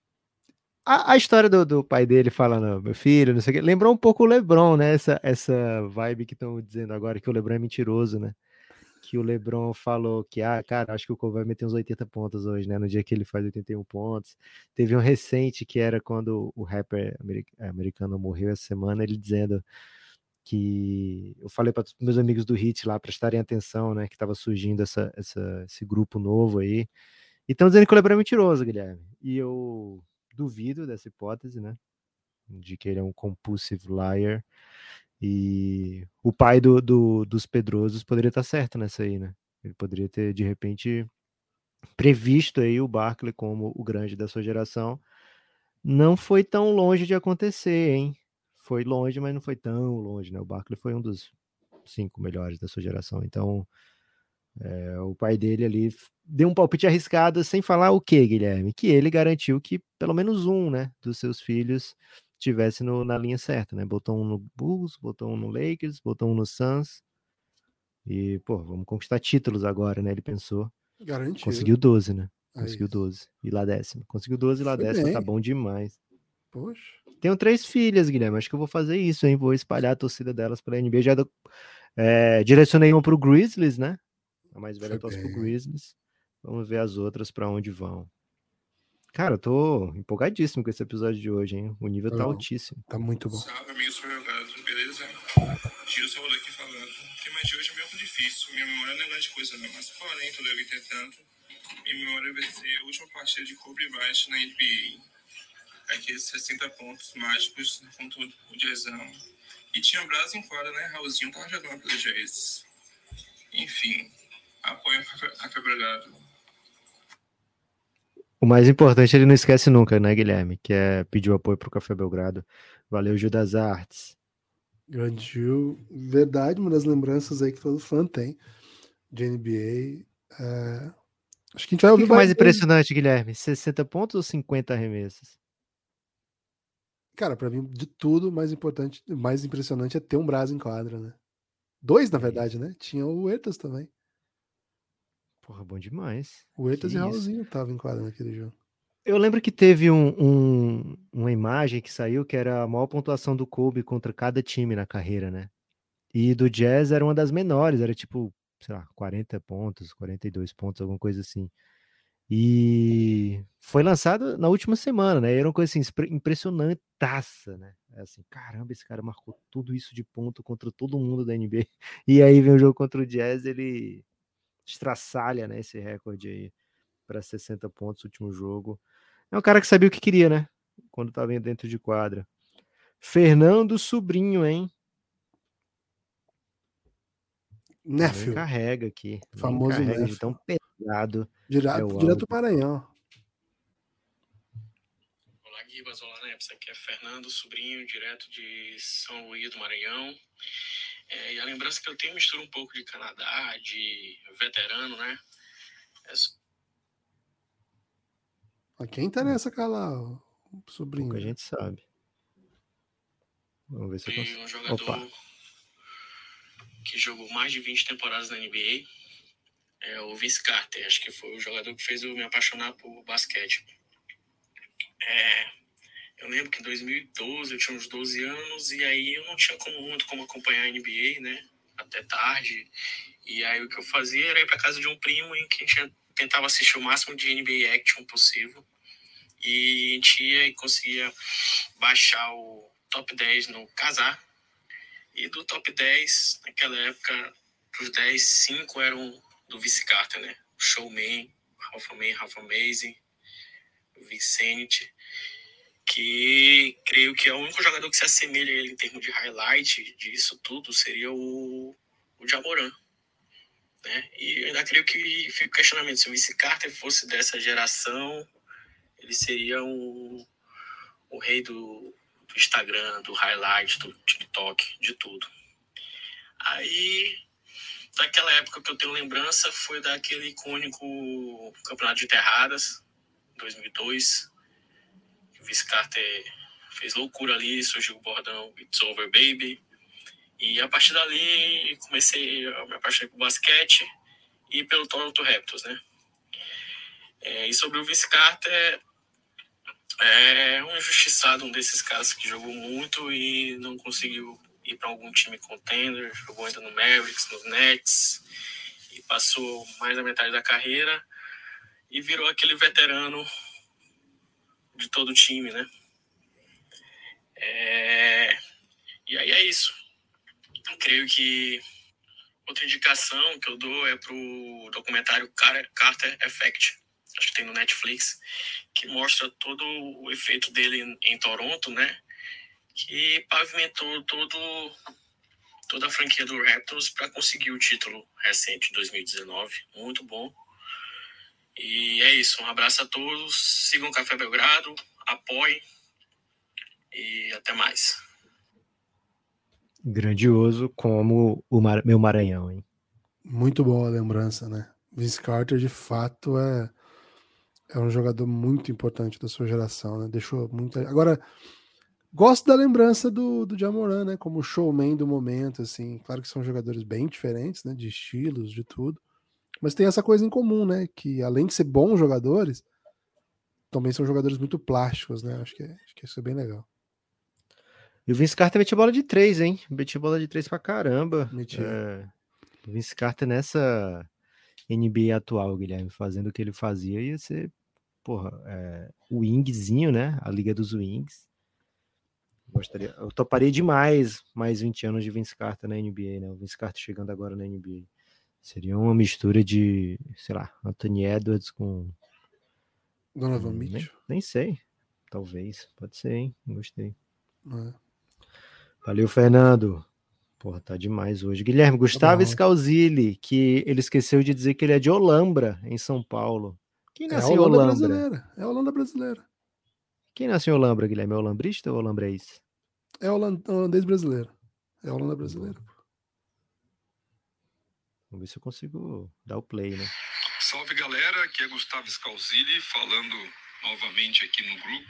a, a história do, do pai dele falando, meu filho, não sei o que, lembrou um pouco o LeBron, né? Essa, essa vibe que estão dizendo agora que o LeBron é mentiroso, né? Que o LeBron falou que, ah, cara, acho que o Kobe vai meter uns oitenta pontos hoje, né? No dia que ele faz oitenta e um pontos. Teve um recente que era quando o rapper americano morreu essa semana, ele dizendo que eu falei para meus amigos do Hit lá prestarem atenção, né? Que estava surgindo essa, essa, esse grupo novo aí. E estão dizendo que o LeBron é mentiroso, Guilherme. E eu duvido dessa hipótese, né? De que ele é um compulsive liar. E o pai do, do, dos Pedrosos poderia estar certo nessa aí, né? Ele poderia ter, de repente, previsto aí o Barkley como o grande da sua geração. Não foi tão longe de acontecer, hein? Foi longe, mas não foi tão longe, né? O Barkley foi um dos cinco melhores da sua geração. Então, é, o pai dele ali deu um palpite arriscado sem falar o quê, Guilherme? Que ele garantiu que pelo menos um, né, dos seus filhos tivesse no, na linha certa, né? Botou um no Bulls, botou um no Lakers, botou um no Suns. E, pô, vamos conquistar títulos agora, né? Ele pensou. Garantiu. Conseguiu doze, né? Conseguiu Aí. doze. E lá décima. Conseguiu doze e lá Foi décima, bem. tá bom demais. Poxa. Tenho três filhas, Guilherme. Acho que eu vou fazer isso, hein? Vou espalhar a torcida delas pela N B A. Já do... é, direcionei uma pro Grizzlies, né? A mais velha torce pro Grizzlies. Vamos ver as outras pra onde vão. Cara, eu tô empolgadíssimo com esse episódio de hoje, hein? O nível tá Não, altíssimo. Tá muito bom. Salve, amigos jogados, beleza? Gilson Rolê aqui falando. O tema de hoje é meio difícil. Minha memória não é grande coisa, não. Mas, porém, todavia, entretanto, minha memória vai ser a última partida de Kobe Bryant na N B A. Aqueles sessenta pontos mágicos contra o Jazzão. E tinha o Brás em quadra, né? Raulzinho tava jogando pelo Jazz. Enfim, apoio a Café Belgrado. O mais importante ele não esquece nunca, né, Guilherme? Que é pedir o apoio pro Café Belgrado. Valeu, Gil das Artes. Grande Gil. Verdade, uma das lembranças aí que todo fã tem de N B A. É... Acho que a gente vai ouvir o que, que é mais mais impressionante, Guilherme? sessenta pontos ou cinquenta arremessos? Cara, pra mim, de tudo, mais importante, mais impressionante é ter um Brás em quadra, né? Dois, na É verdade, né? Tinha o Huertas também. Porra, bom demais. O Huertas Que e isso. Raulzinho estavam em quadra naquele jogo. Eu lembro que teve um, um, uma imagem que saiu que era a maior pontuação do Kobe contra cada time na carreira, né? E do Jazz era uma das menores, era tipo, sei lá, quarenta pontos, quarenta e dois pontos, alguma coisa assim. E foi lançado na última semana, né? Era uma coisa assim, impressionantaça, né? É assim, caramba, esse cara marcou tudo isso de ponto contra todo mundo da N B A. E aí vem o jogo contra o Jazz, ele estraçalha, né, esse recorde aí para sessenta pontos no último jogo. É um cara que sabia o que queria, né? Quando tava dentro de quadra. Fernando Sobrinho, hein? Néfio. Carrega aqui. Famoso carrega Néfio. de tão pesado. Direto, é o direto do áudio. Maranhão. Olá, Guibas. Olá, Neps. Aqui é Fernando Sobrinho, direto de São Luís do Maranhão. É, e a lembrança que eu tenho mistura um pouco de Canadá, de veterano, né? É... A quem interessa calar o Sobrinho? Pouca gente sabe. Vamos ver se eu consigo. um jogador Opa. que jogou mais de vinte temporadas na N B A. É o Vince Carter. Acho que foi o jogador que fez eu me apaixonar por basquete. É... Eu lembro que em dois mil e doze eu tinha uns doze anos e aí eu não tinha como, muito como acompanhar a N B A, né? Até tarde. E aí o que eu fazia era ir para casa de um primo em que a gente tentava assistir o máximo de N B A Action possível. E a gente ia e conseguia baixar o top dez no Kazaa. E do top dez, naquela época, os dez, cinco eram do Vince Carter, né? Showman, Ralph Man, Ralph Amazing, Vicente, que creio que é o único jogador que se assemelha a ele em termos de highlight disso tudo seria o, o Ja Morant, né? E eu ainda creio que fica o questionamento, se o Vince Carter fosse dessa geração, ele seria um, o rei do, do Instagram, do highlight, do TikTok, de tudo. Aí, daquela época que eu tenho lembrança foi daquele icônico Campeonato de Enterradas, dois mil e dois. O Vince Carter fez loucura ali, surgiu o bordão It's Over Baby. E a partir dali comecei a me apaixonar por basquete e pelo Toronto Raptors, né? É, e sobre o Vince Carter, é um injustiçado, um desses caras que jogou muito e não conseguiu ir para algum time contender, jogou ainda no Mavericks, no Nets, e passou mais da metade da carreira e virou aquele veterano de todo o time, né? É... E aí é isso. Eu creio que outra indicação que eu dou é pro documentário Carter Effect, acho que tem no Netflix, que mostra todo o efeito dele em, em Toronto, né? Que pavimentou todo, toda a franquia do Raptors para conseguir o título recente de dois mil e dezenove. Muito bom. E é isso. Um abraço a todos. Sigam o Café Belgrado, apoiem e até mais. Grandioso como o Mar... meu Maranhão, hein? Muito boa a lembrança, né? Vince Carter, de fato, é, é um jogador muito importante da sua geração, né? Deixou muita... Agora, gosto da lembrança do, do Ja Morant, né? Como showman do momento, assim. Claro que são jogadores bem diferentes, né? De estilos, de tudo. Mas tem essa coisa em comum, né? Que além de ser bons jogadores, também são jogadores muito plásticos, né? Acho que, acho que isso é bem legal. E o Vince Carter metia bola de três, hein? Metia bola de três pra caramba. Metia. É... O Vince Carter nessa N B A atual, Guilherme, fazendo o que ele fazia, ia ser, porra, é... o wingzinho, né? A Liga dos Wings. Gostaria... Eu toparia demais mais vinte anos de Vince Carter na N B A, né? O Vince Carter chegando agora na N B A. Seria uma mistura de, sei lá, Anthony Edwards com... Donovan hum, Mitchell. Nem, nem sei. Talvez. Pode ser, hein? Gostei. É. Valeu, Fernando. Porra, tá demais hoje. Guilherme, Gustavo Tá Scalzilli, que ele esqueceu de dizer que ele é de Olambra, em São Paulo. Quem É a nasceu em Holanda Olambra? brasileira. É a Holanda brasileira. Quem nasceu em Olambra, Guilherme? É holambrista ou holandês? É holand- holandês brasileiro. É a Holanda brasileira. Vamos ver se eu consigo dar o play, né? Salve, galera. Aqui é Gustavo Scalzilli, falando novamente aqui no grupo.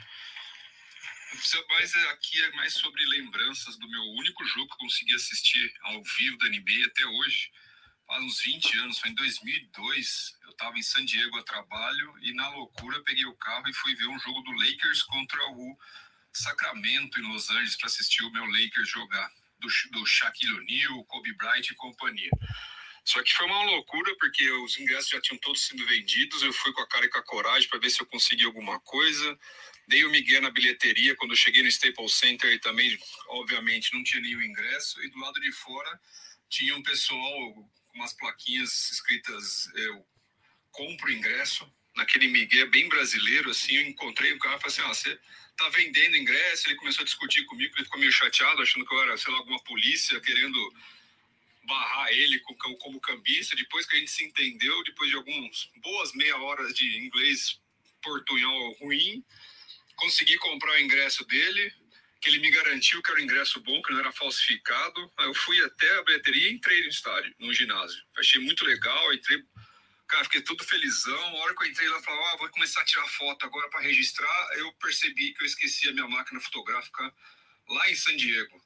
Mas aqui é mais sobre lembranças do meu único jogo que eu consegui assistir ao vivo da N B A até hoje. Faz uns vinte anos, foi em dois mil e dois. Eu estava em San Diego a trabalho e, na loucura, peguei o carro e fui ver um jogo do Lakers contra o Sacramento, em Los Angeles, para assistir o meu Lakers jogar. Do, do Shaquille O'Neal, Kobe Bryant e companhia. Só que foi uma loucura, porque os ingressos já tinham todos sido vendidos. Eu fui com a cara e com a coragem para ver se eu conseguia alguma coisa. Dei o migué na bilheteria quando eu cheguei no Staples Center e também, obviamente, não tinha nenhum ingresso. E do lado de fora tinha um pessoal com umas plaquinhas escritas: eu compro ingresso. Naquele migué bem brasileiro, assim, eu encontrei o cara e falei assim: ah, você tá vendendo ingresso? Ele começou a discutir comigo, ele ficou meio chateado, achando que eu era, sei lá, alguma polícia querendo barrar ele como cambista. Depois que a gente se entendeu, depois de algumas boas meia horas de inglês portunhol ruim, consegui comprar o ingresso dele, que ele me garantiu que era um ingresso bom, que não era falsificado. Aí eu fui até a bilheteria e entrei no estádio, no ginásio. Achei muito legal, entrei, cara, fiquei todo felizão. A hora que eu entrei lá, falei: ah, vou começar a tirar foto agora para registrar. Eu percebi que eu esqueci a minha máquina fotográfica lá em San Diego.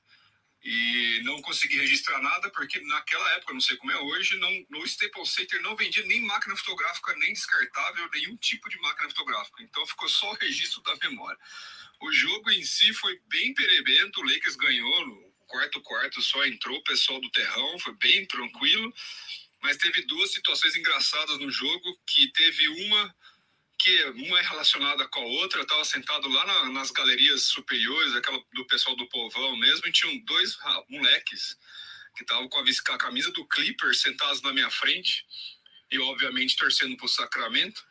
E não consegui registrar nada, porque naquela época, não sei como é hoje, não, no Staples Center não vendia nem máquina fotográfica, nem descartável, nenhum tipo de máquina fotográfica. Então ficou só o registro da memória. O jogo em si foi bem perebento, o Lakers ganhou no quarto quarto, só entrou o pessoal do terrão, foi bem tranquilo. Mas teve duas situações engraçadas no jogo, que teve uma... que uma é relacionada com a outra. Eu estava sentado lá na, nas galerias superiores, aquela do pessoal do povão mesmo, e tinham dois moleques que estavam com a, com a camisa do Clippers sentados na minha frente, e obviamente torcendo para o Sacramento,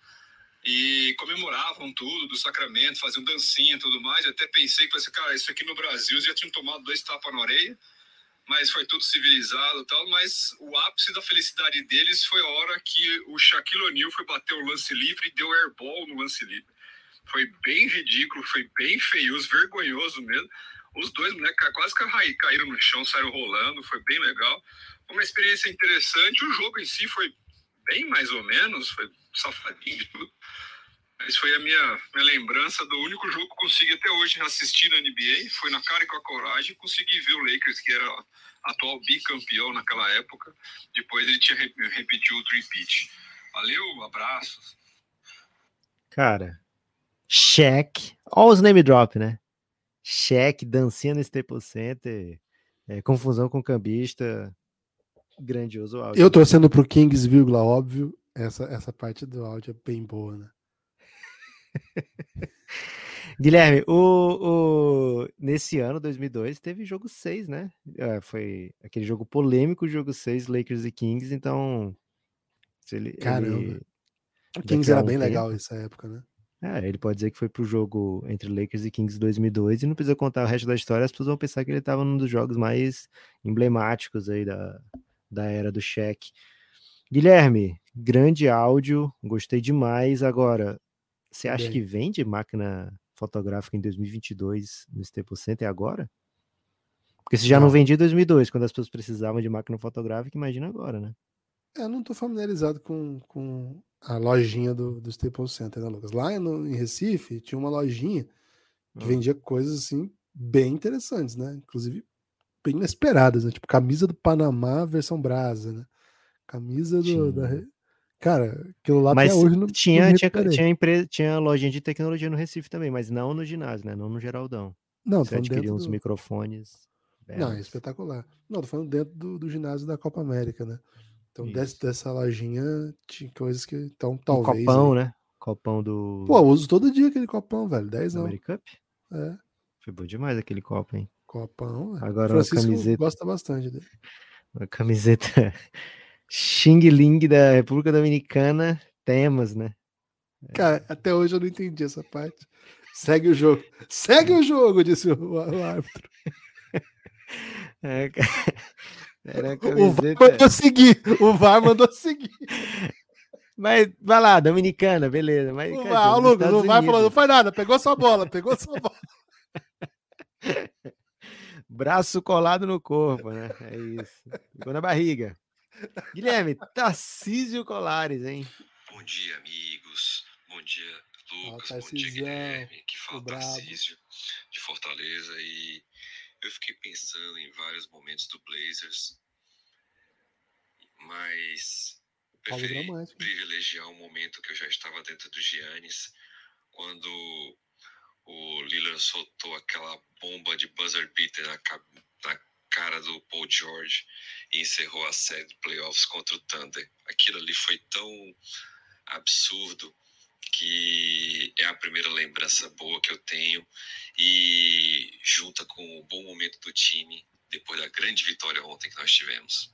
e comemoravam tudo do Sacramento, faziam dancinha e tudo mais. Eu até pensei que, cara, isso aqui no Brasil já tinham tomado dois tapas na orelha, mas foi tudo civilizado e tal. Mas o ápice da felicidade deles foi a hora que o Shaquille O'Neal foi bater o lance livre e deu airball no lance livre. Foi bem ridículo, foi bem feioso, vergonhoso mesmo. Os dois moleques quase caíram no chão, saíram rolando, foi bem legal. Foi uma experiência interessante. O jogo em si foi bem mais ou menos, foi safadinho de tudo. Isso foi a minha, minha lembrança do único jogo que eu consegui até hoje assistir na N B A. Foi na cara e com a coragem. Consegui ver o Lakers, que era atual bicampeão naquela época. Depois ele tinha repetiu o three-peat. Valeu, abraços. Cara, Shaq. Olha os name drop, né? Shaq, dancinha no Staples Center. É, confusão com cambista. Grandioso áudio. Eu torcendo pro Kings, vírgula, óbvio. Essa, essa parte do áudio é bem boa, né? Guilherme, o, o, nesse ano, dois mil e dois, teve jogo seis, né? É, foi aquele jogo polêmico, jogo seis, Lakers e Kings, então... Se ele, Caramba. Ele, o Kings era um bem tempo, legal nessa época, né? É, ele pode dizer que foi pro jogo entre Lakers e Kings dois mil e dois e não precisa contar o resto da história, as pessoas vão pensar que ele estava num dos jogos mais emblemáticos aí da, da era do Shaq. Guilherme, grande áudio, gostei demais. Agora, você acha Bem. que vende máquina fotográfica em dois mil e vinte e dois no Staples Center agora? Porque se já não, não vendia em dois mil e dois, quando as pessoas precisavam de máquina fotográfica, imagina agora, né? Eu não tô familiarizado com, com a lojinha do, do Staples Center, né, Lucas? Lá no, em Recife, tinha uma lojinha que hum. vendia coisas, assim, bem interessantes, né? Inclusive, bem inesperadas, né? Tipo, camisa do Panamá versão brasa, né? Camisa do... Da... Cara, aquilo lá mas até hoje não tinha, não tinha, tinha, empresa, tinha lojinha de tecnologia no Recife também, mas não no ginásio, né? Não no Geraldão. Não, você adquiriu uns do... microfones. Belos. Não, é espetacular. Não, tô falando dentro do, do ginásio da Copa América, né? Então, desse, dessa lojinha tinha coisas que. Então, talvez. Um copão, aí... né? Copão do. Pô, eu uso todo dia aquele copão, velho. dez anos. Americup? É. Foi bom demais aquele copo, hein? Copão. É. Agora Francisco uma camiseta. Gosta bastante dele. Uma camiseta Xing Ling da República Dominicana. Temos, né? Cara, até hoje eu não entendi essa parte. Segue o jogo. Segue o jogo, disse o, o árbitro. É, cara. Era camiseta... O V A R mandou seguir. O V A R mandou seguir. Mas vai lá, Dominicana, beleza. Mas, o V A R, Lucas, o V A R falou, não faz nada, pegou sua bola, pegou sua bola. Braço colado no corpo, né? É isso. Ficou na barriga. Guilherme, Tarcísio Colares, hein? Bom dia, amigos. Bom dia, Lucas. Oh, bom dia, Guilherme. Que fala Tarcísio de Fortaleza. E eu fiquei pensando em vários momentos do Blazers, mas preferi privilegiar um momento que eu já estava dentro do Giannis, quando o Lillard soltou aquela bomba de buzzer beater na, na cara do Paul George e encerrou a série de playoffs contra o Thunder. Aquilo ali foi tão absurdo que é a primeira lembrança boa que eu tenho, e junta com o bom momento do time depois da grande vitória ontem que nós tivemos.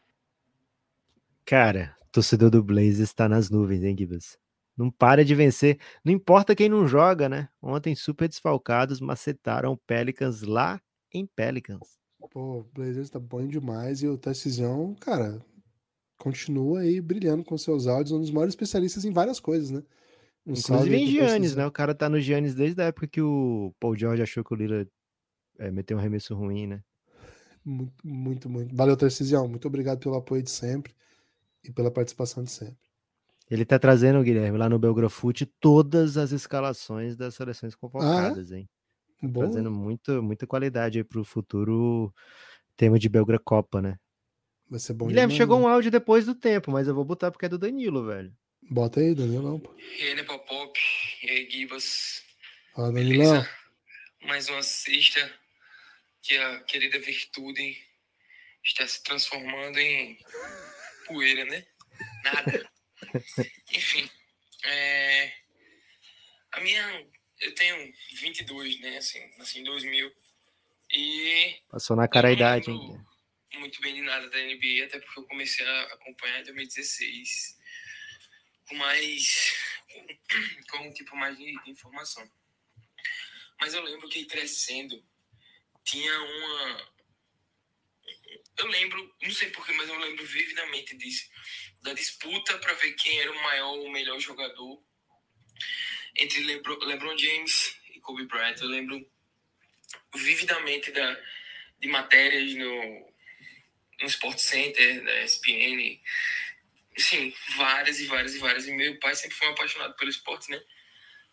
Cara, torcedor do Blazers está nas nuvens, hein, Gibas? Não para de vencer, não importa quem não joga, né? Ontem super desfalcados, macetaram o Pelicans lá em Pelicans. Pô, o Blazers tá bom demais e o Tarcísio, cara, continua aí brilhando com seus áudios, um dos maiores especialistas em várias coisas, né? Um Inclusive em Giannis, né? O cara tá no Giannis desde a época que o Paul George achou que o Lillard é, meteu um arremesso ruim, né? Muito, muito, muito. Valeu, Tarcísio. Muito obrigado pelo apoio de sempre e pela participação de sempre. Ele tá trazendo, Guilherme, lá no Belgrafute, todas as escalações das seleções convocadas, ah, é? hein? Tá Boa. Trazendo muito, muita qualidade aí pro futuro tema de Belgra Copa, né? Vai ser bom. Guilherme, demais, chegou né? um áudio depois do tempo, mas eu vou botar porque é do Danilo, velho. Bota aí, Danilão. E aí, Nepopop, e aí, Gibas. Fala, Danilão. Beleza? Mais uma sexta que a querida virtude está se transformando em poeira, né? Nada. Enfim, é... a minha... Eu tenho vinte e dois, né? Assim, assim, em dois mil. E... Passou na cara a idade, hein? Muito bem de nada da N B A, até porque eu comecei a acompanhar em dois mil e dezesseis. Com mais... com um tipo mais de, de informação. Mas eu lembro que crescendo tinha uma... Eu lembro, não sei porquê, mas eu lembro vividamente disso. Da disputa para ver quem era o maior ou o melhor jogador entre Lebron, LeBron James e Kobe Bryant. Eu lembro vividamente da, de matérias no, no Sport Center, da E S P N. Sim, várias e várias e várias. E meu pai sempre foi um apaixonado pelo esporte, né?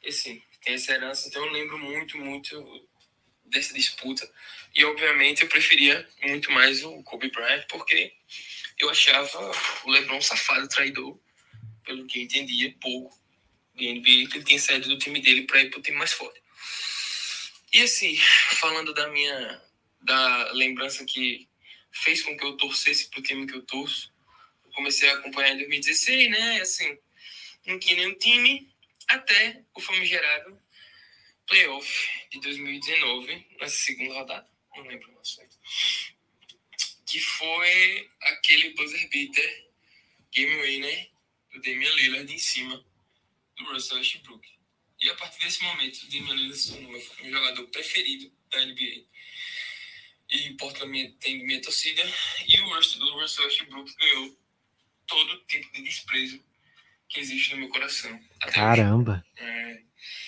E assim, tem essa herança, então eu lembro muito, muito dessa disputa. E, obviamente, eu preferia muito mais o Kobe Bryant, porque eu achava o LeBron safado, traidor, pelo que eu entendia, pouco de N B A, que ele tinha saído do time dele para ir para o time mais forte. E, assim, falando da minha da lembrança que fez com que eu torcesse para o time que eu torço, eu comecei a acompanhar em dois mil e dezesseis, né? Assim, não tinha nenhum time, até o famigerado playoff de dois mil e dezenove, na segunda rodada, não lembro o nosso certo, que foi aquele buzzer beater, game winner do Damian Lillard em cima do Russell Westbrook. E a partir desse momento, o Damian Lillard se tornou meu jogador preferido da N B A. E Portland tem minha torcida, e o Russell, o Russell Westbrook ganhou todo tipo de desprezo que existe no meu coração. Caramba! É...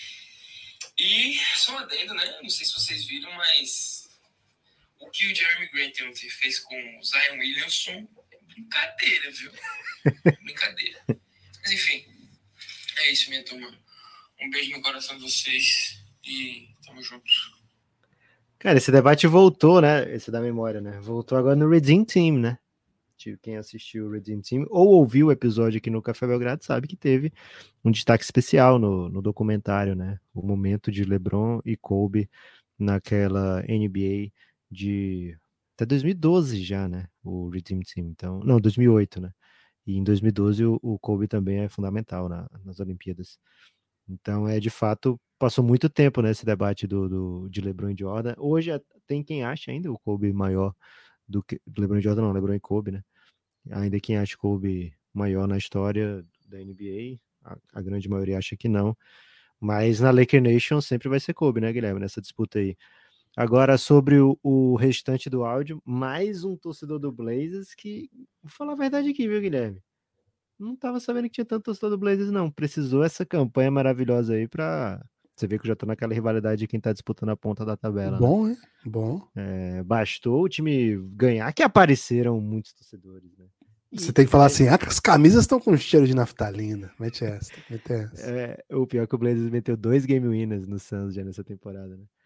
E só um adendo, né? Não sei se vocês viram, mas o que o Jeremy Grant ontem fez com o Zion Williamson é brincadeira, viu? Brincadeira. Mas enfim, é isso, minha turma. Um beijo no coração de vocês e tamo juntos. Cara, esse debate voltou, né? Esse da memória, né? Voltou agora no Redeem Team, né? Quem assistiu o Redeem Team ou ouviu o episódio aqui no Café Belgrado sabe que teve um destaque especial no, no documentário, né? O momento de LeBron e Kobe naquela N B A de até dois mil e doze já, né? O Redeem Team, então, não, dois mil e oito, né? E em dois mil e doze o, o Kobe também é fundamental na, nas Olimpíadas. Então, é de fato, passou muito tempo nesse debate do, do, de LeBron e Jordan. Hoje tem quem acha ainda o Kobe maior do que do LeBron e Jordan, não, LeBron e Kobe, né? Ainda quem acha Kobe maior na história da N B A, a, a grande maioria acha que não. Mas na Laker Nation sempre vai ser Kobe, né, Guilherme, nessa disputa aí. Agora, sobre o, o restante do áudio, mais um torcedor do Blazers que, vou falar a verdade aqui, viu, Guilherme? Não tava sabendo que tinha tanto torcedor do Blazers, não. Precisou essa campanha maravilhosa aí pra... Você vê que eu já tô naquela rivalidade de quem tá disputando a ponta da tabela, Bom, né? hein? Bom. É, bastou o time ganhar, que apareceram muitos torcedores, né? Você tem que falar assim, ah, as camisas estão com cheiro de naftalina. Mete essa, mete essa. É, o pior é que o Blazers meteu dois game winners no Suns já nessa temporada, né?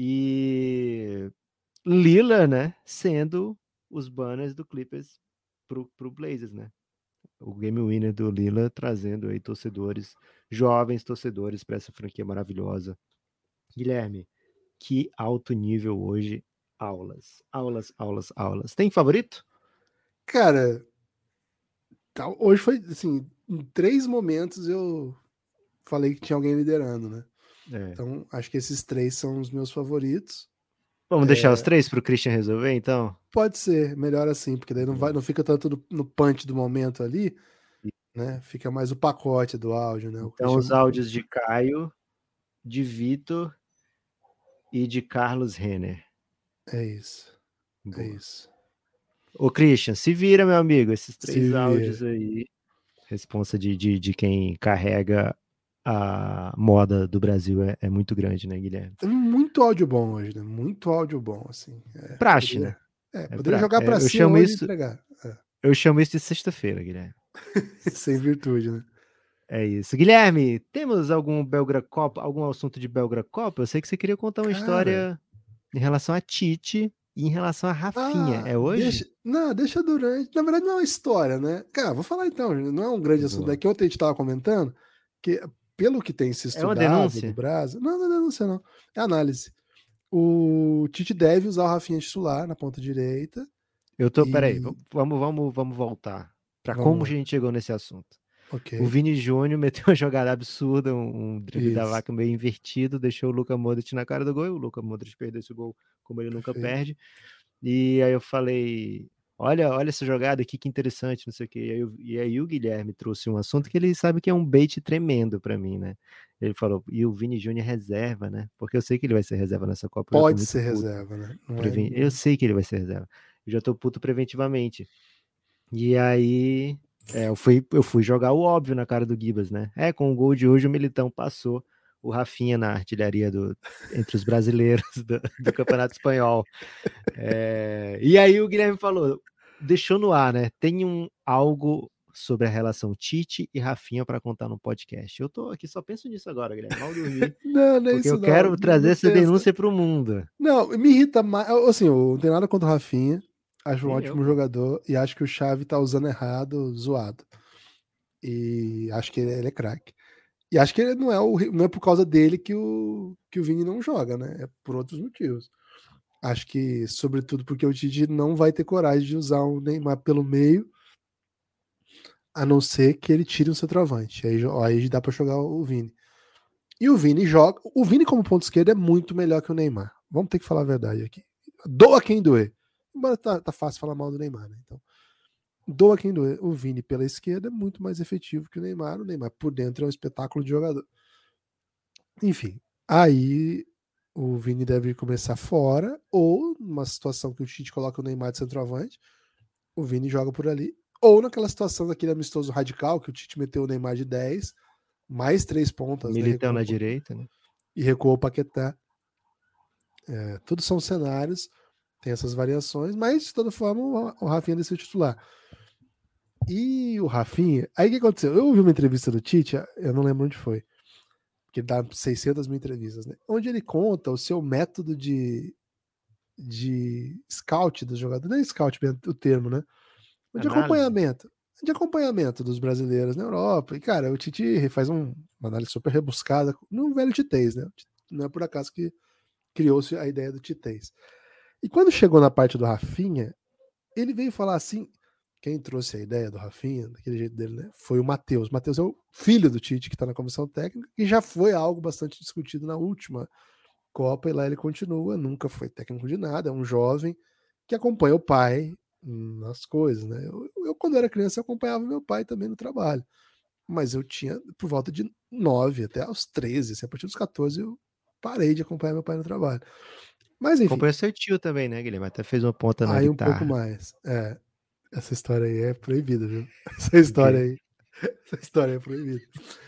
E Lillard, né, sendo os banners do Clippers pro, pro Blazers, né? O game winner do Lillard trazendo aí torcedores, jovens torcedores para essa franquia maravilhosa. Guilherme, que alto nível hoje, aulas, aulas, aulas, aulas. Tem favorito? Cara, hoje foi assim, em três momentos eu falei que tinha alguém liderando, né? É. Então, acho que esses três são os meus favoritos. Vamos é... deixar os três para o Christian resolver, então? Pode ser, melhor assim, porque daí não, vai, não fica tanto no, no punch do momento ali, né? Fica mais o pacote do áudio, né? O então, Christian... os áudios de Caio, de Vitor e de Carlos Renner. É isso. Boa. É isso. Ô, Christian, se vira, meu amigo, esses três se áudios vira. aí. Responsa de, de, de quem carrega a moda do Brasil é, é muito grande, né, Guilherme? Tem muito áudio bom hoje, né? Muito áudio bom, assim. É, Praxe, poderia, né? É, é poderia pra, jogar pra é, cima chamo hoje isso, e entregar. É. Eu chamo isso de sexta-feira, Guilherme. Sem virtude, né? É isso. Guilherme, temos algum Belgra Copa, algum assunto de Belgra Copa? Eu sei que você queria contar uma Cara... história em relação a Tite e em relação a Rafinha. Ah, é hoje? Deixa... Não, deixa durante. Na verdade, não é uma história, né? Cara, vou falar então. Não é um grande assunto. É que ontem a gente estava comentando que, pelo que tem se estudado é uma denúncia? do Brasil. Não, não é denúncia, não. É análise. O Tite deve usar o Rafinha titular na ponta direita. Eu tô. E... Peraí, vamos, vamos, vamos voltar para como lá. a gente chegou nesse assunto. Okay. O Vini Júnior meteu uma jogada absurda, um, um drible Isso. da vaca meio invertido, deixou o Luka Modric na cara do gol, e o Luka Modric perdeu esse gol como ele nunca Perfeito. perde. E aí eu falei, olha, olha essa jogada aqui, que interessante, não sei o quê. E aí, eu, e aí o Guilherme trouxe um assunto que ele sabe que é um bait tremendo para mim, né? Ele falou, e o Vini Júnior reserva, né? Porque eu sei que ele vai ser reserva nessa Copa. Pode ser puto. reserva, né? Não Preven... é... Eu sei que ele vai ser reserva. Eu já tô puto preventivamente. E aí... É, eu, fui, eu fui jogar o óbvio na cara do Gibas, né? É, com o gol de hoje o Militão passou o Rafinha na artilharia do, entre os brasileiros do, do Campeonato Espanhol. É, e aí o Guilherme falou, deixou no ar, né? Tem um, algo sobre a relação Tite e Rafinha para contar no podcast. Eu tô aqui, só penso nisso agora, Guilherme. Mal dormir. Não, não é porque isso eu não. quero Não, trazer não essa pensa. denúncia pro mundo. Não, me irrita mais. Assim, eu não tenho nada contra o Rafinha. Acho um Nem ótimo eu. jogador. E acho que o Xavi tá usando errado, zoado. E acho que ele, ele é craque. E acho que ele não é, o, não é por causa dele que o, que o Vini não joga, né? É por outros motivos. Acho que, sobretudo, porque o Tite não vai ter coragem de usar o Neymar pelo meio, a não ser que ele tire um centroavante. Aí, aí dá pra jogar o Vini. E o Vini joga. O Vini, como ponto esquerdo, é muito melhor que o Neymar. Vamos ter que falar a verdade aqui. Doa quem doer. Embora tá, tá fácil falar mal do Neymar, né? Então, doa quem doer. O Vini pela esquerda é muito mais efetivo que o Neymar. O Neymar por dentro é um espetáculo de jogador. Enfim, aí o Vini deve começar fora, ou numa situação que o Tite coloca o Neymar de centroavante, o Vini joga por ali, ou naquela situação daquele amistoso radical que o Tite meteu o Neymar de dez, mais três pontas, Militão né, na direita, né? E recuou o Paquetá. É, tudo são cenários, tem essas variações, mas de toda forma o Rafinha deve ser titular. E o Rafinha, aí o que aconteceu? Eu ouvi uma entrevista do Tite, eu não lembro onde foi, que dá seiscentas mil entrevistas, né? Onde ele conta o seu método de, de scout dos jogadores, não é scout o termo, né? De Análise. acompanhamento. De acompanhamento dos brasileiros na Europa. E, cara, o Tite faz um, uma análise super rebuscada no velho Titez, né? Não é por acaso que criou-se a ideia do Titez. E quando chegou na parte do Rafinha, ele veio falar assim. Quem trouxe a ideia do Rafinha, daquele jeito dele, né, foi o Matheus. O Matheus é o filho do Tite, que está na comissão técnica, e já foi algo bastante discutido na última Copa, e lá ele continua, nunca foi técnico de nada, é um jovem que acompanha o pai nas coisas, né? Eu, eu quando era criança, eu acompanhava meu pai também no trabalho, mas eu tinha por volta de nove até aos treze, assim, a partir dos catorze eu parei de acompanhar meu pai no trabalho. Mas enfim. Acompanha seu tio também, né, Guilherme? Até fez uma ponta na aí guitarra. Um pouco mais, é. Essa história aí é proibida, viu? Essa história okay. aí. Essa história é proibida.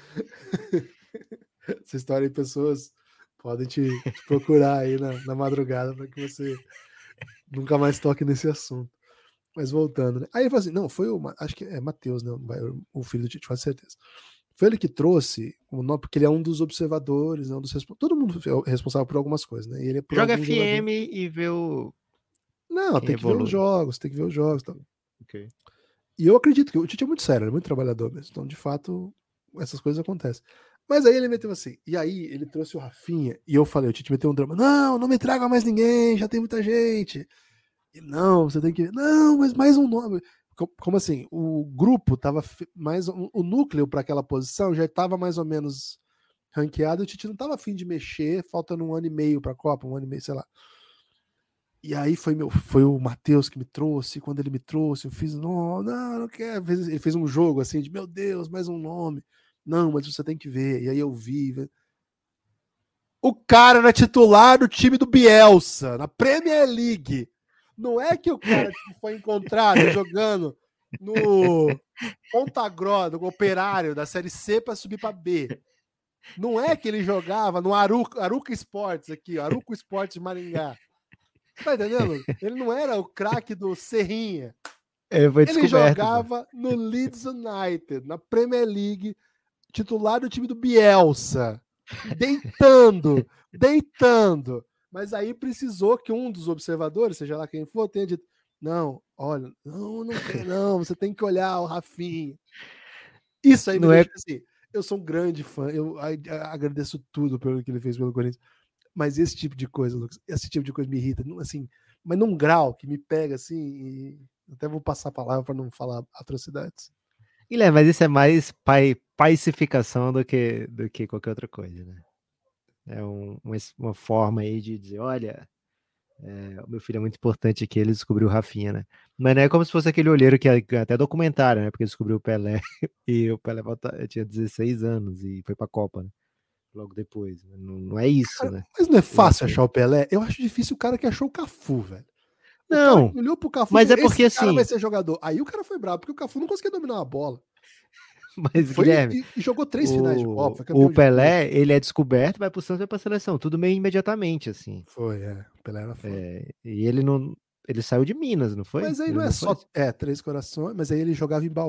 Essa história aí, pessoas podem te, te procurar aí na, na madrugada para que você nunca mais toque nesse assunto. Mas voltando, né? Aí ele falou assim: não, foi o. Acho que é Matheus, né? O filho do Tite, com certeza. Foi ele que trouxe o nome, porque ele é um dos observadores, é um dos responsáveis. Todo mundo é responsável por algumas coisas, né? E ele é por Joga F M jogador. E vê o. Não, Quem tem que evolui. ver os jogos, tem que ver os jogos. Tá? Okay. E eu acredito que o Tite é muito sério, ele é muito trabalhador mesmo. Então, de fato, essas coisas acontecem. Mas aí ele meteu assim, e aí ele trouxe o Rafinha, e eu falei, o Tite meteu um drama, não, não me traga mais ninguém, já tem muita gente. E não, você tem que ver, não, mas mais um nome. Como assim? O grupo tava mais, o núcleo para aquela posição já estava mais ou menos ranqueado, o Tite não estava afim de mexer, faltando um ano e meio para a Copa, um ano e meio, sei lá. E aí foi, meu, foi o Matheus que me trouxe, quando ele me trouxe, eu fiz, não, não, não quero. Ele fez um jogo assim, de meu Deus, mais um nome. Não, mas você tem que ver. E aí eu vi. O cara era titular do time do Bielsa, na Premier League. Não é que o cara foi encontrado jogando no Ponta Grossa, no Operário, da Série C para subir para B. Não é que ele jogava no Aruca, Aruca Esportes aqui, Aruca Esportes de Maringá. Tá entendendo? Ele não era o craque do Serrinha. Ele, foi ele jogava mano. no Leeds United, na Premier League, titular do time do Bielsa. Deitando, deitando. Mas aí precisou que um dos observadores, seja lá quem for, tenha dito, não, olha, não, não quer, não, você tem que olhar o Rafinha. Isso aí me não deixa é... assim, eu sou um grande fã, eu agradeço tudo pelo que ele fez pelo Corinthians. Mas esse tipo de coisa, Lucas, esse tipo de coisa me irrita, assim, mas num grau que me pega assim, e até vou passar a palavra para não falar atrocidades. Guilherme, mas isso é mais pai, pacificação do que, do que qualquer outra coisa, né? É um, uma, uma forma aí de dizer, olha, é, o meu filho é muito importante aqui, ele descobriu o Rafinha, né? Mas não é como se fosse aquele olheiro que é até documentário, né? Porque ele descobriu o Pelé e o Pelé tinha dezesseis anos e foi pra Copa, né? Logo depois. Não, não é isso, cara, né? Mas não é fácil achar o Pelé? Eu acho difícil o cara que achou o Cafu, velho. O não. Cara olhou pro Cafu mas e falou, é porque esse cara assim... vai ser jogador. Aí o cara foi bravo, porque o Cafu não conseguia dominar a bola. Mas, foi Guilherme, e, e jogou três o, finais de Copa. O Pelé, ele é descoberto, vai pro Santos e vai pra seleção. Tudo meio imediatamente, assim. Foi, é. O Pelé era foda. É, e ele não... Ele saiu de Minas, não foi? Mas aí ele não é não só... foi? É, Três Corações, mas aí ele jogava em Bauru.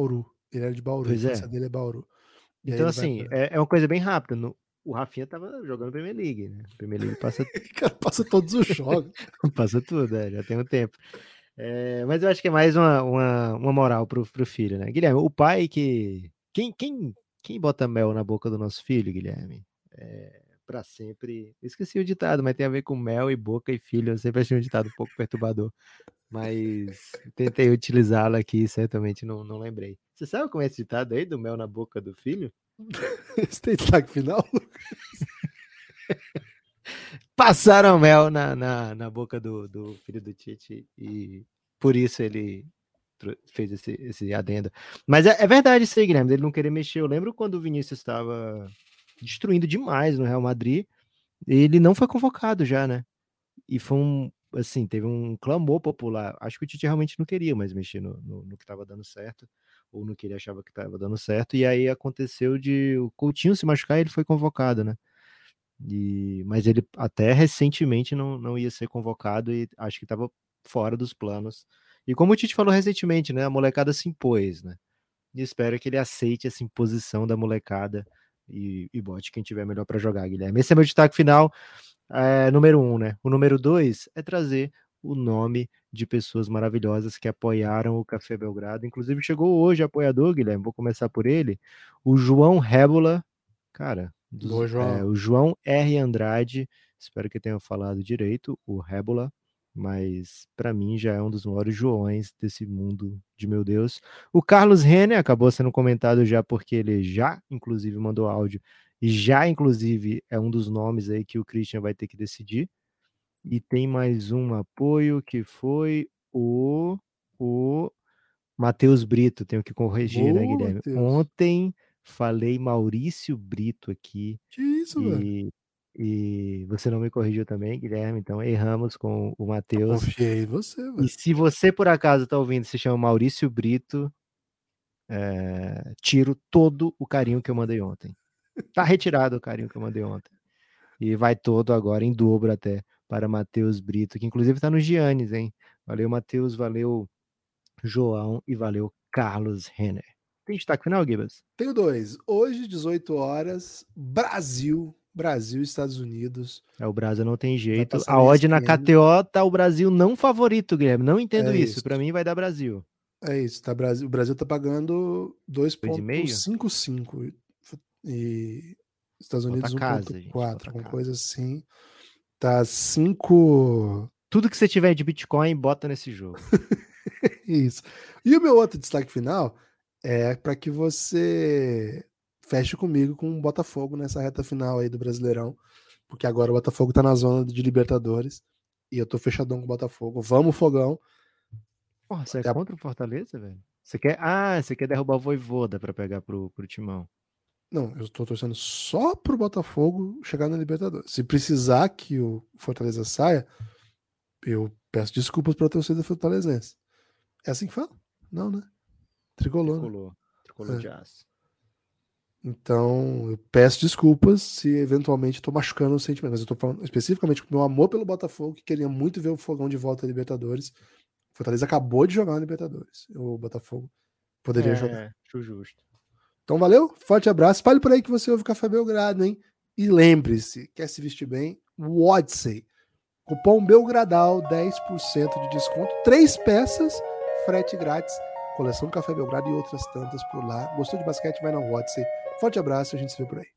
Ele era de Bauru, Pois a infância é. dele é Bauru. E aí Então, ele vai assim, pra- é, é uma coisa bem rápida. No- o Rafinha tava jogando Premier League, né? Premier League passa, Cara, passa todos os jogos. passa tudo, é, já tem um tempo. É, mas eu acho que é mais uma, uma, uma moral pro, pro filho, né? Guilherme, o pai que... Quem, quem, quem bota mel na boca do nosso filho, Guilherme? É, pra sempre... Esqueci o ditado, mas tem a ver com mel e boca e filho. Eu sempre achei um ditado um pouco perturbador. Mas tentei utilizá-lo aqui e certamente não, não lembrei. Você sabe como é esse ditado aí, do mel na boca do filho? Você tem destaque final? Passaram mel na, na, na boca do, do filho do Tite e por isso ele tro- fez esse, esse adendo. Mas é, é verdade isso aí, Guilherme, ele não querer mexer. Eu lembro quando o Vinícius estava destruindo demais no Real Madrid, ele não foi convocado já, né? E foi um, assim, teve um clamor popular. Acho que o Tite realmente não queria mais mexer no, no, no que estava dando certo, ou no que ele achava que estava dando certo, e aí aconteceu de o Coutinho se machucar e ele foi convocado, né? E, mas ele até recentemente não, não ia ser convocado e acho que estava fora dos planos. E como o Tite falou recentemente, né? A molecada se impôs, né? E espero que ele aceite essa imposição da molecada e, e bote quem tiver melhor para jogar, Guilherme. Esse é meu destaque final, é, número um, né? O número dois é trazer o nome de pessoas maravilhosas que apoiaram o Café Belgrado. Inclusive chegou hoje apoiador, Guilherme, vou começar por ele, o João Rébola, cara, dos, Boa, João. é, o João R. Andrade, espero que tenha falado direito, o Rébola, mas para mim já é um dos maiores Joões desse mundo de meu Deus. O Carlos Renner acabou sendo comentado já porque ele já, inclusive, mandou áudio e já, inclusive, é um dos nomes aí que o Christian vai ter que decidir. E tem mais um apoio que foi o, o Matheus Brito, tenho que corrigir, né, Boa, Guilherme? Matheus. Ontem falei Maurício Brito aqui Que isso, velho? e, e você não me corrigiu também, Guilherme, então erramos com o Matheus. Confiei em você, E velho. se você por acaso tá ouvindo, se chama Maurício Brito, é, tiro todo o carinho que eu mandei ontem. Tá retirado o carinho que eu mandei ontem. E vai todo agora em dobro até para Matheus Brito, que inclusive tá no Giannis, hein? Valeu, Matheus, valeu, João e valeu, Carlos Renner. Tem destaque final, Gibas? Tenho dois. Hoje, dezoito horas, Brasil, Brasil, Estados Unidos. É, o Brasil não tem jeito. passar A na odd na E S P N. K T O tá o Brasil não favorito, Guilherme. Não entendo É isso. isso. Para mim vai dar Brasil. É isso, tá, Brasil, o Brasil tá pagando dois Dois e ponto meio? cinquenta e cinco e Estados Unidos Bota casa, gente, um ponto quatro, bota alguma casa. coisa assim. Tá cinco. Tudo que você tiver de Bitcoin, bota nesse jogo. Isso. E o meu outro destaque final é para que você feche comigo com o Botafogo nessa reta final aí do Brasileirão, porque agora o Botafogo tá na zona de Libertadores e eu tô fechadão com o Botafogo. Vamos, Fogão. Porra, você Até é a- contra o Fortaleza, velho? Você quer... Ah, você quer derrubar o Voivoda pra pegar pro, pro Timão. Não, eu tô torcendo só pro Botafogo chegar na Libertadores. Se precisar que o Fortaleza saia, eu peço desculpas pra torcida fortalezense. É assim que fala? Não, né? Tricolor, né? Tricolor. Tricolor É. de aço. Então, eu peço desculpas se eventualmente estou machucando o sentimento, mas eu estou falando especificamente com o meu amor pelo Botafogo, que queria muito ver o Fogão de volta à Libertadores. O Fortaleza acabou de jogar na Libertadores. O Botafogo poderia é, jogar. acho justo. Então, valeu, forte abraço. Espalhe por aí que você ouve o Café Belgrado, hein? E lembre-se, quer se vestir bem? Wodsey. Cupom Belgradal, dez por cento de desconto. Três peças, frete grátis. Coleção Café Belgrado e outras tantas por lá. Gostou de basquete? Vai na Wodsey. Forte abraço, a gente se vê por aí.